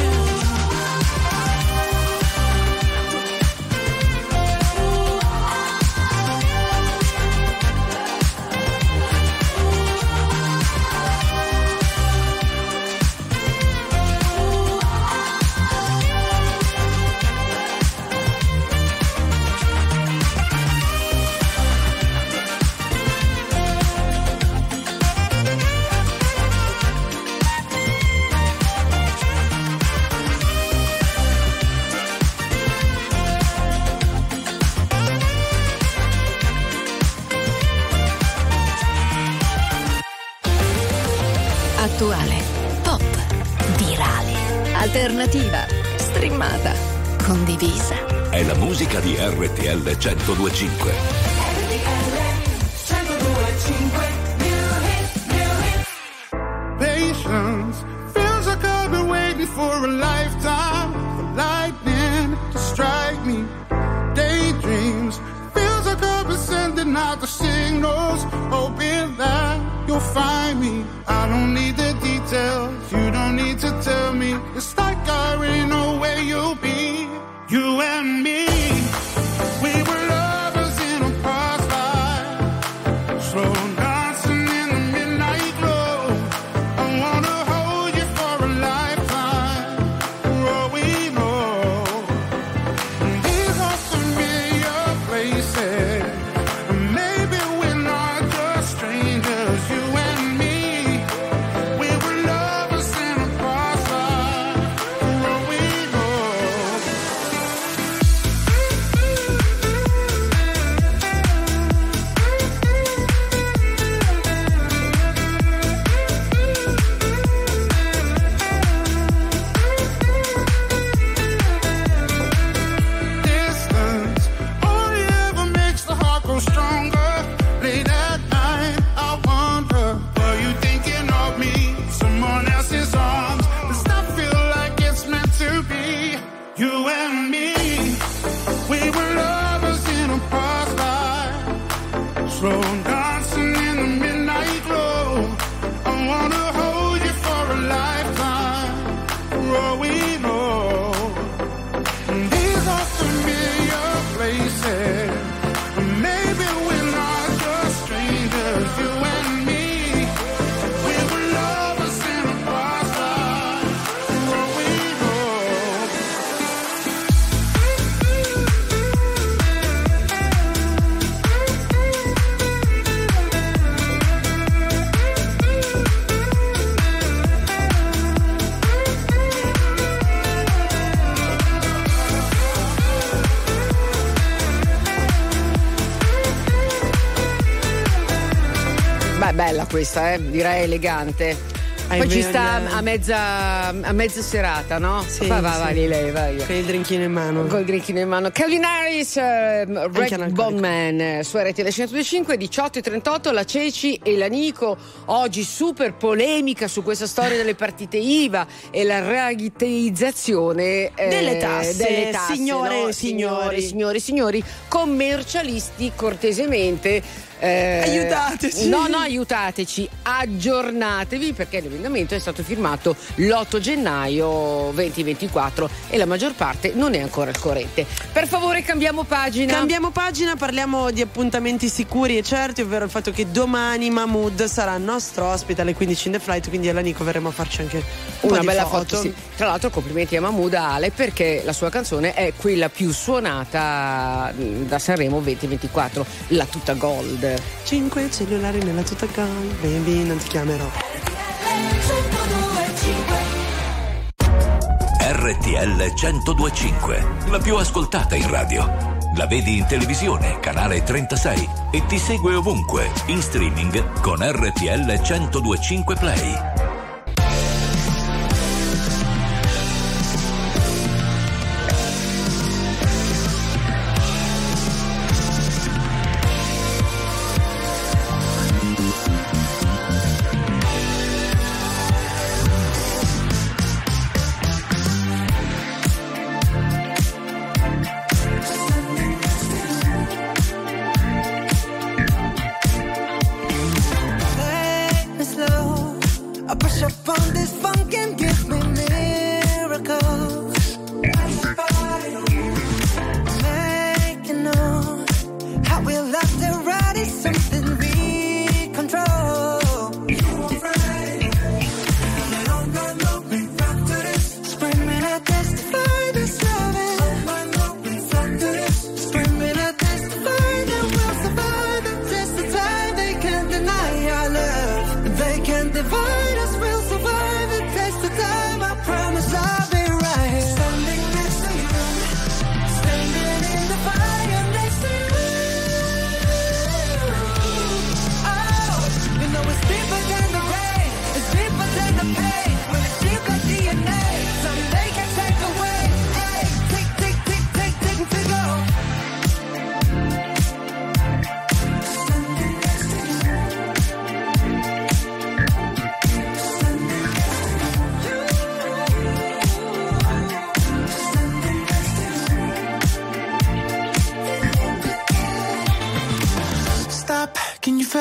alternativa, streamata, condivisa. È la musica di RTL 102.5. Patience feels like I've been waiting for a lifetime, for lightning to strike me. Daydreams feels like I've been sending out the signals, hoping that you'll find me. I don't need the details, you don't need to tell me. It's like I already know where you'll be. You and me, we were lovers in a past life, slow dancing in the midnight glow. I wanna hold you for a lifetime, for all we know. These are familiar places, and maybe we're not just strangers. You and me, we were lovers in a past life, for all we know. Distance only ever makes the heart grow stronger. Late at night, I wonder, were you thinking of me? Someone else's arms. Does that feel like it's meant to be? You and me, we were lovers in a past life, slow dancing in the midnight glow. I wanna hold you for a lifetime, for all we know. These are familiar places, and maybe we're not just strangers. You and me, we were lovers in a past life, for all we know. Beh, bella questa, direi elegante. Poi ci sta a mezza serata, no? Sì, va, lì lei, vai. Con il drinkino in mano. Col drinkino in mano. Calvin Harris, Red Bondman su RTL 102.5, 18:38, la Ceci e la Nico. Oggi super polemica su questa storia delle partite IVA e la rateizzazione delle tasse, no? Signori, commercialisti cortesemente. Aiutateci. No, aiutateci, aggiornatevi, perché l'emendamento è stato firmato l'8 gennaio 2024 e la maggior parte non è ancora al corrente. Per favore cambiamo pagina, parliamo di appuntamenti sicuri e certi, ovvero il fatto che domani Mahmood sarà nostro ospite alle 15 in The Flight, quindi alla Nico verremo a farci anche una bella foto. Sì. Tra l'altro complimenti a Mahmood, a Ale, perché la sua canzone è quella più suonata da Sanremo 2024, la tuta gold. 5 cellulari nella tuta gold, baby, non ti chiamerò. RTL 102.5, la più ascoltata in radio. La vedi in televisione, canale 36, e ti segue ovunque, in streaming con RTL 102.5 Play.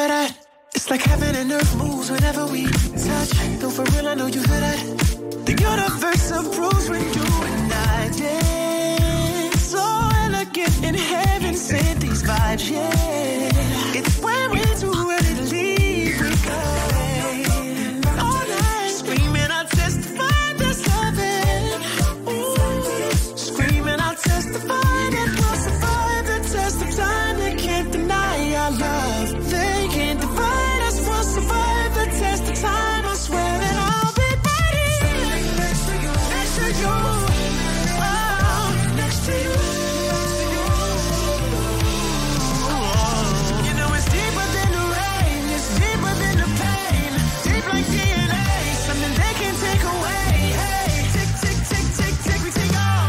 feel that? It's like heaven and earth moves whenever we touch. Though for real, I know you feel that. The universe approves when you and I dance. So elegant in heaven, sent these vibes, yeah. It's when we're too ready to leave, we go all night, screaming, I'll testify this loving. Ooh, screaming, I'll testify that we'll survive the test of time. They can't deny our love. They can't divide us. We'll survive the test of time. I swear that I'll be ready. Standing next to you, next to you. Oh, next to you. You know it's deeper than the rain. It's deeper than the pain. Deep like DNA. Something they can't take away. Hey, tick, tick, tick, tick, tick, we take off.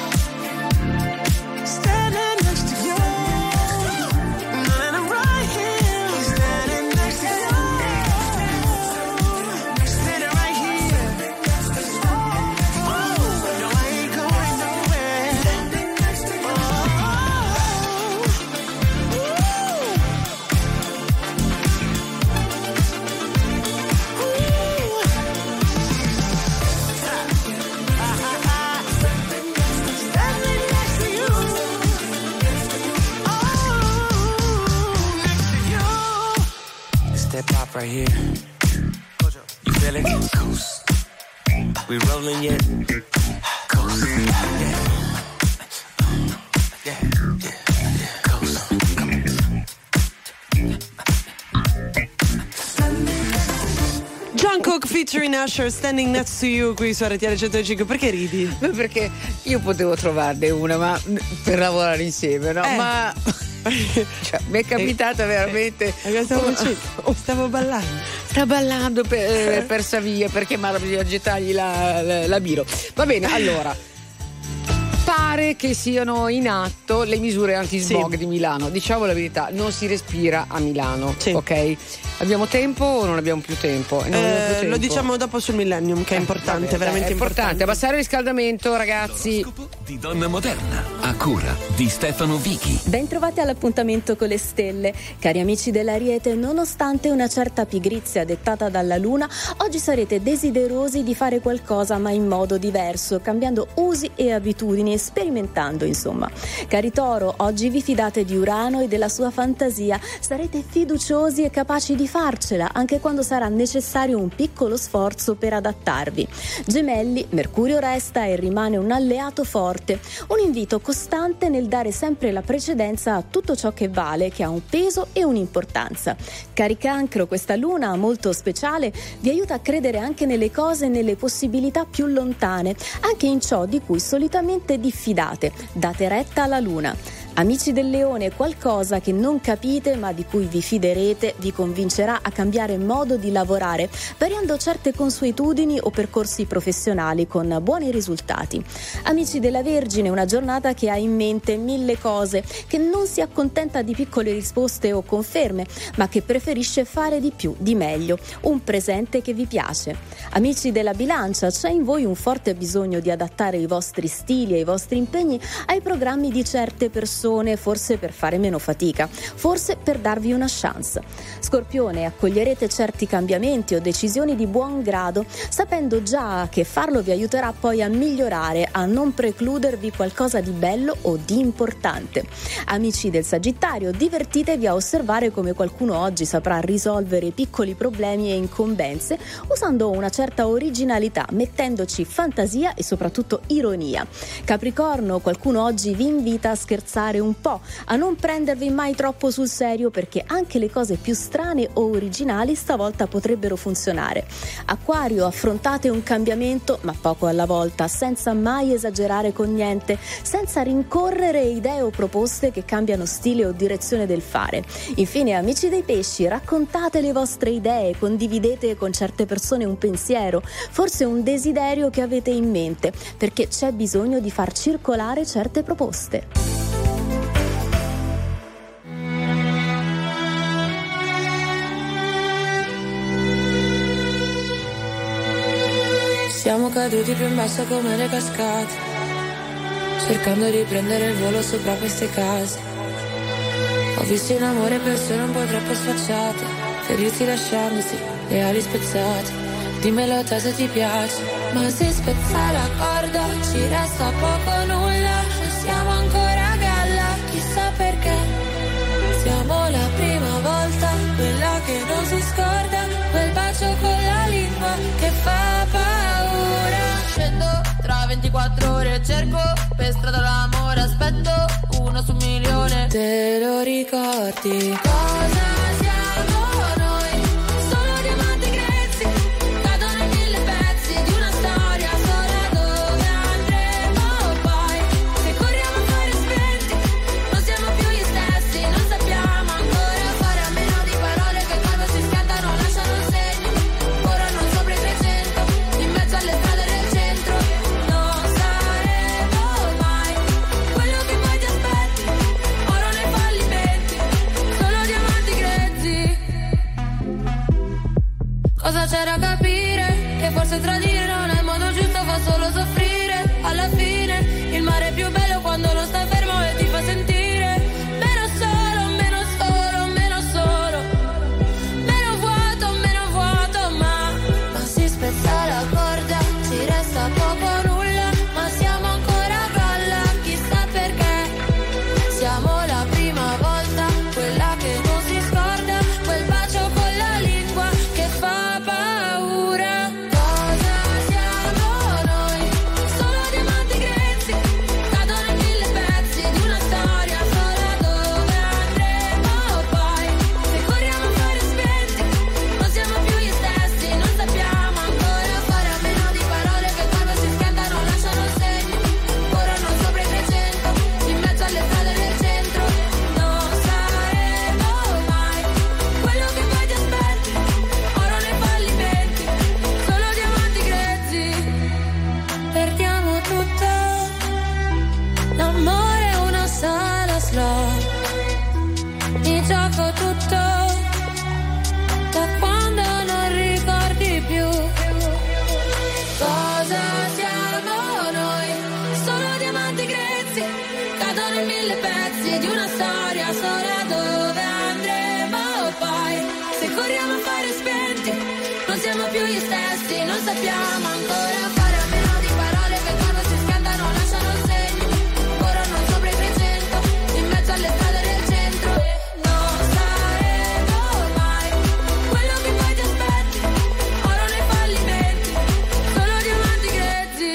Standing next to you. And I'm right here. Standing next to you. Standing right here. Oh, no, I ain't going nowhere. Standing next to you. Step up right here. You feel it? Coast. We rolling yet? Coast. Yeah. Yeah. Yeah. Coast. Jungkook featuring Usher, Standing Next to You qui su RTL 105. Perché ridi? Perché io potevo trovarne una, ma per lavorare insieme, no? Ma cioè, mi è capitata veramente. Stavo ballando. Sta ballando per Savia, perché Mara bisogna gettargli la biro. Va bene, allora. Pare che siano in atto le misure anti-smog di Milano. Diciamo la verità, non si respira a Milano, ok? Abbiamo tempo o non abbiamo più tempo? Lo diciamo dopo sul Millennium, che è importante, vabbè, veramente è importante. Abbassare il riscaldamento, ragazzi. Di Donna Moderna, a cura di Stefano Vichi. Bentrovati all'appuntamento con le stelle. Cari amici dell'Ariete, nonostante una certa pigrizia dettata dalla Luna, oggi sarete desiderosi di fare qualcosa ma in modo diverso, cambiando usi e abitudini e sperimentando, insomma. Cari Toro, oggi vi fidate di Urano e della sua fantasia, sarete fiduciosi e capaci di farcela, anche quando sarà necessario un piccolo sforzo per adattarvi. Gemelli, Mercurio resta e rimane un alleato forte, un invito costante nel dare sempre la precedenza a tutto ciò che vale, che ha un peso e un'importanza. Cari Cancro, questa luna molto speciale vi aiuta a credere anche nelle cose e nelle possibilità più lontane, anche in ciò di cui solitamente diffidate. Date retta alla luna. Amici del Leone, qualcosa che non capite ma di cui vi fiderete vi convincerà a cambiare modo di lavorare, variando certe consuetudini o percorsi professionali con buoni risultati. Amici della Vergine, una giornata che ha in mente mille cose, che non si accontenta di piccole risposte o conferme, ma che preferisce fare di più, di meglio, un presente che vi piace. Amici della Bilancia, c'è in voi un forte bisogno di adattare i vostri stili e i vostri impegni ai programmi di certe persone, forse per fare meno fatica, forse per darvi una chance. Scorpione, accoglierete certi cambiamenti o decisioni di buon grado, sapendo già che farlo vi aiuterà poi a migliorare, a non precludervi qualcosa di bello o di importante. Amici del Sagittario, divertitevi a osservare come qualcuno oggi saprà risolvere piccoli problemi e incombenze usando una certa originalità, mettendoci fantasia e soprattutto ironia. Capricorno, qualcuno oggi vi invita a scherzare un po', a non prendervi mai troppo sul serio, perché anche le cose più strane o originali stavolta potrebbero funzionare. Acquario, affrontate un cambiamento ma poco alla volta, senza mai esagerare con niente, senza rincorrere idee o proposte che cambiano stile o direzione del fare. Infine, amici dei Pesci, raccontate le vostre idee, condividete con certe persone un pensiero, forse un desiderio che avete in mente, perché c'è bisogno di far circolare certe proposte. Siamo caduti più in basso come le cascate, cercando di prendere il volo sopra queste case. Ho visto in amore persone un po' troppo sfacciate, ferirsi lasciandosi le ali spezzate. Dimmelo te se ti piace. Ma se spezza la corda ci resta poco o nulla, non siamo ancora a galla, chissà perché. Siamo la prima volta, quella che non si scorda, quel bacio con la lingua che fa paura. Scendo tra 24 ore, cerco per strada l'amore, aspetto 1 su 1.000.000. Te lo ricordi? Cosa siamo noi? Solo diamanti grezzi, cadono in 1000 pezzi di una storia sola. Dove andremo poi? Se corriamo a fare spenti, non siamo più gli stessi, non sappiamo ancora fare a meno di parole che quando si scattano lasciano segni. Corrono sopra i 300, in mezzo alle strade del centro. Non saremo mai quello che poi ti aspetti, oro nei fallimenti, solo diamanti grezzi. Cosa c'era a capire? Che forse tradire non è il modo giusto, fa solo soffrire. Alla fine il mare è più bello quando non sta fermo e ti fa sentire meno solo, meno solo, meno solo, meno vuoto, ma si spezza la corda, ci resta poco o nulla, ma siamo ancora a galla, chissà perché. Siamo la prima volta, quella che non si scorda, quel bacio con la lingua che fa paura. Cosa siamo noi? Solo diamanti grezzi, cadono in 1000 pezzi di una storia sola. Dove andremo poi? Se corriamo a fare spenti, non siamo più gli stessi, non sappiamo ancora fare a meno di parole che quando si scattano lasciano segni. Corrono sopra i 300, in mezzo alle strade del centro. Non saremo mai quello che poi ti aspetti, oro nei fallimenti, solo diamanti grezzi. Perdiamo tutto, l'amore è una sala slot, mi gioco tutto, da quando non ricordi più. Cosa siamo noi? Solo diamanti grezzi, cadono in 1000 pezzi di una storia sola. Dove andremo poi? Se corriamo a fare spenti, non siamo più gli stessi, non sappiamo ancora fare a meno di parole che quando si scaldano lasciano segni. Corrono sopra i 300, in mezzo alle strade del centro. Non saremo mai quello che poi ti aspetti, oro nei fallimenti, solo diamanti grezzi.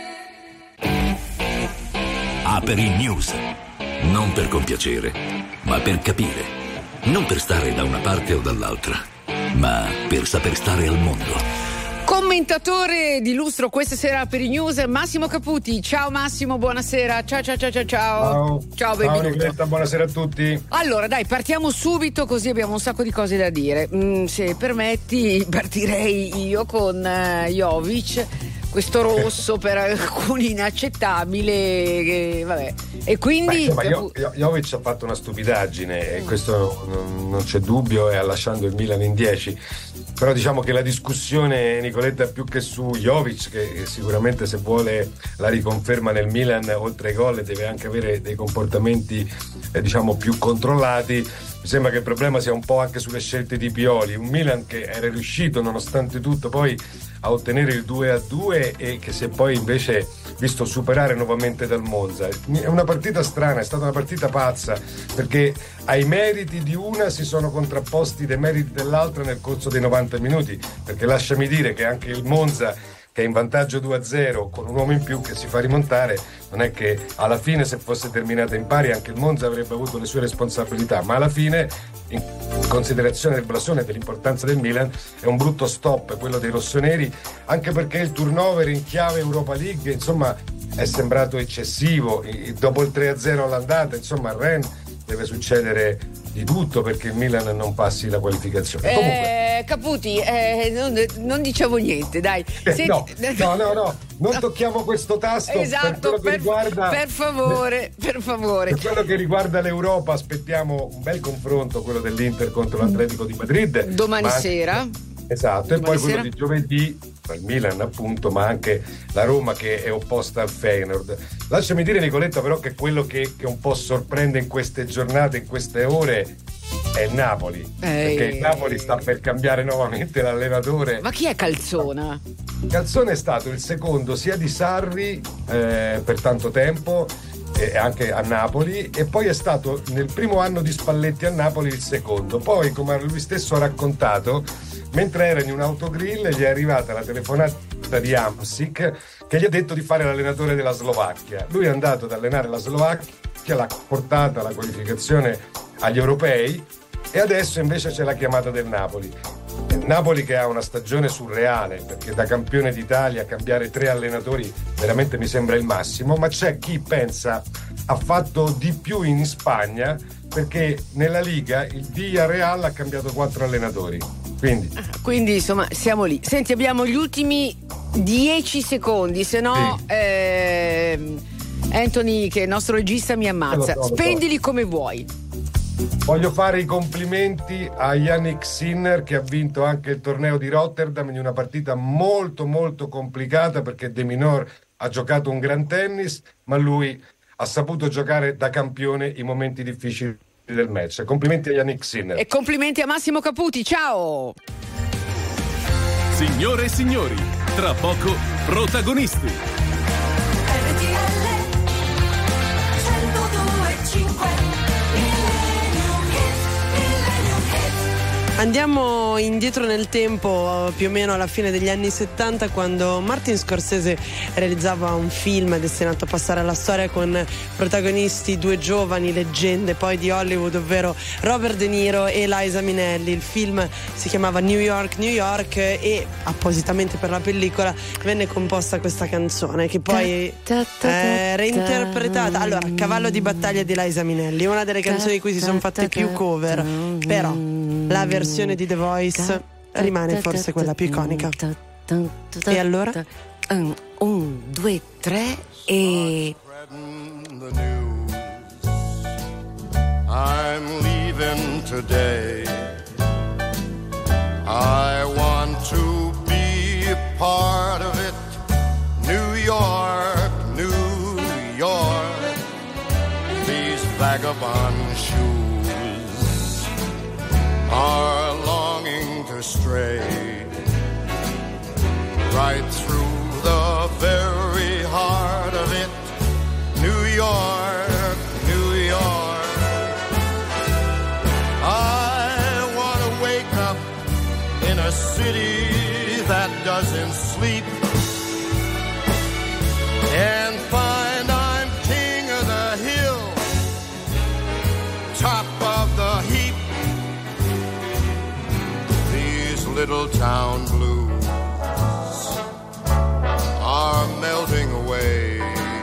Aperi News. Non per compiacere, ma per capire. Non per stare da una parte o dall'altra, ma per saper stare al mondo. Commentatore di lustro questa sera per i news, Massimo Caputi. Ciao Massimo, buonasera. Ciao. Ciao, benvenuto. Nicoletta, buonasera a tutti. Allora, dai, partiamo subito così abbiamo un sacco di cose da dire. Se permetti, partirei io con Jovic. Questo rosso per alcuni inaccettabile, vabbè. E quindi Jovic ha fatto una stupidaggine e questo non c'è dubbio, e lasciando il Milan in 10. Però diciamo che la discussione, Nicoletta, è più che su Jovic, che sicuramente se vuole la riconferma nel Milan, oltre ai gol deve anche avere dei comportamenti diciamo più controllati. Mi sembra che il problema sia un po' anche sulle scelte di Pioli, un Milan che era riuscito nonostante tutto poi a ottenere il 2-2 e che si è poi invece visto superare nuovamente dal Monza. È una partita strana, è stata una partita pazza, perché ai meriti di una si sono contrapposti dei meriti dell'altra nel corso dei 90 minuti, perché lasciami dire che anche il Monza, che è in vantaggio 2-0 con un uomo in più che si fa rimontare, non è che alla fine, se fosse terminata in pari, anche il Monza avrebbe avuto le sue responsabilità, ma alla fine, in considerazione del blasone e dell'importanza del Milan, è un brutto stop quello dei rossoneri, anche perché il turnover in chiave Europa League insomma è sembrato eccessivo. Dopo il 3-0 all'andata, insomma, a Rennes deve succedere di tutto perché il Milan non passi la qualificazione. Comunque Caputi, non dicevo niente, dai. No, non tocchiamo questo tasto. Esatto, per favore. Per quello che riguarda l'Europa aspettiamo un bel confronto, quello dell'Inter contro l'Atletico di Madrid domani sera. Esatto, e poi quello di giovedì il Milan appunto, ma anche la Roma che è opposta al Feyenoord. Lasciami dire, Nicoletta, però, che quello che un po' sorprende in queste giornate, in queste ore, è il Napoli, perché il Napoli sta per cambiare nuovamente l'allenatore. Ma chi è Calzona? Calzona è stato il secondo sia di Sarri per tanto tempo, anche a Napoli, e poi è stato nel primo anno di Spalletti a Napoli il secondo. Poi, come lui stesso ha raccontato, mentre era in un autogrill gli è arrivata la telefonata di Hamsik che gli ha detto di fare l'allenatore della Slovacchia. Lui è andato ad allenare la Slovacchia, l'ha portata alla qualificazione agli europei e adesso invece c'è la chiamata del Napoli. Napoli che ha una stagione surreale, perché da campione d'Italia cambiare 3 allenatori veramente mi sembra il massimo, ma c'è chi pensa ha fatto di più in Spagna, perché nella Liga il Villarreal ha cambiato 4 allenatori. Quindi insomma siamo lì. Senti, abbiamo gli ultimi 10 secondi, se no Anthony, che è il nostro regista, mi ammazza. Spendili come vuoi. Voglio fare i complimenti a Yannick Sinner, che ha vinto anche il torneo di Rotterdam in una partita molto molto complicata, perché De Minaur ha giocato un gran tennis, ma lui ha saputo giocare da campione i momenti difficili del match. Complimenti a Yannick Sinner. E complimenti a Massimo Caputi, ciao! Signore e signori, tra poco protagonisti. Andiamo indietro nel tempo, più o meno alla fine degli anni 70, quando Martin Scorsese realizzava un film destinato a passare alla storia con protagonisti 2 giovani leggende poi di Hollywood, ovvero Robert De Niro e Liza Minnelli. Il film si chiamava New York, New York, e appositamente per la pellicola venne composta questa canzone, che poi è reinterpretata. Allora, Cavallo di battaglia di Liza Minnelli, una delle canzoni di cui si sono fatte più cover, però la versione di The Voice rimane forse quella più iconica. E allora? 1, 2, 3 e... I'm leaving today. I want to be a part of it. New York, New York. These vagabond shoes are longing to stray right through the very heart of it. New York, New York. I want to wake up in a city that doesn't sleep and find I'm king of the hill, top of the heap. Little town blues are melting away.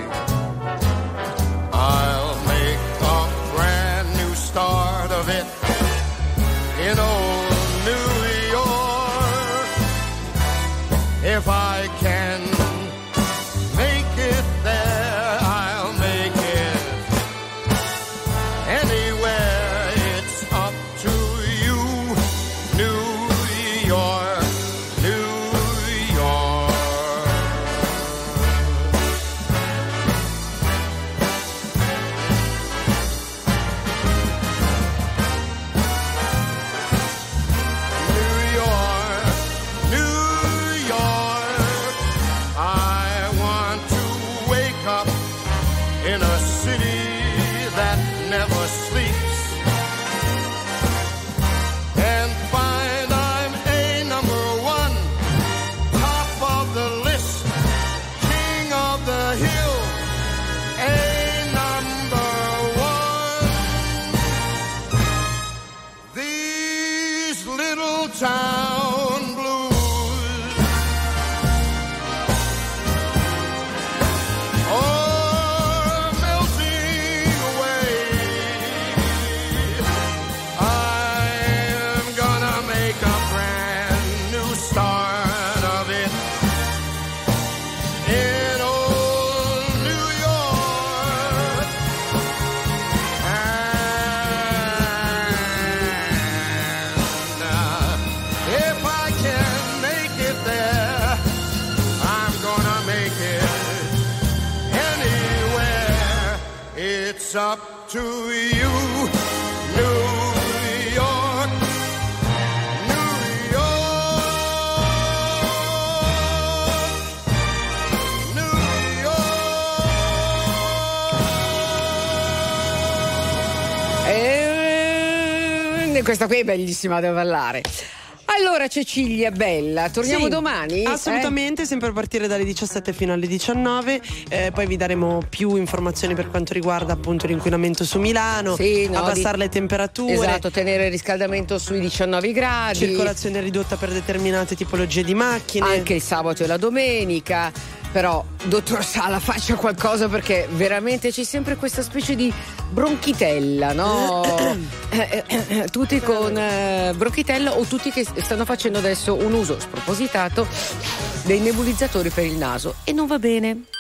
I'll make a brand new start of it in old New York. If I can make it there, I'll make it anywhere. It's up to you, New York, New York. New York, New York. I want to wake up in a city that never sleeps and find I'm a number one, top of the list, king of the hill, a number one. These little town blues are melting away. I'm gonna make a brand new start of it in old It's up to you, New York, New York, New York. Questa qui è bellissima da ballare. Allora Cecilia bella, torniamo domani? Assolutamente, sempre a partire dalle 17 fino alle 19, poi vi daremo più informazioni per quanto riguarda appunto l'inquinamento su Milano, abbassare le temperature. Esatto, tenere il riscaldamento sui 19 gradi. Circolazione ridotta per determinate tipologie di macchine. Anche il sabato e la domenica. Però, dottor Sala, faccia qualcosa perché veramente c'è sempre questa specie di bronchitella, no? Tutti con bronchitella o tutti che stanno facendo adesso un uso spropositato dei nebulizzatori per il naso e non va bene.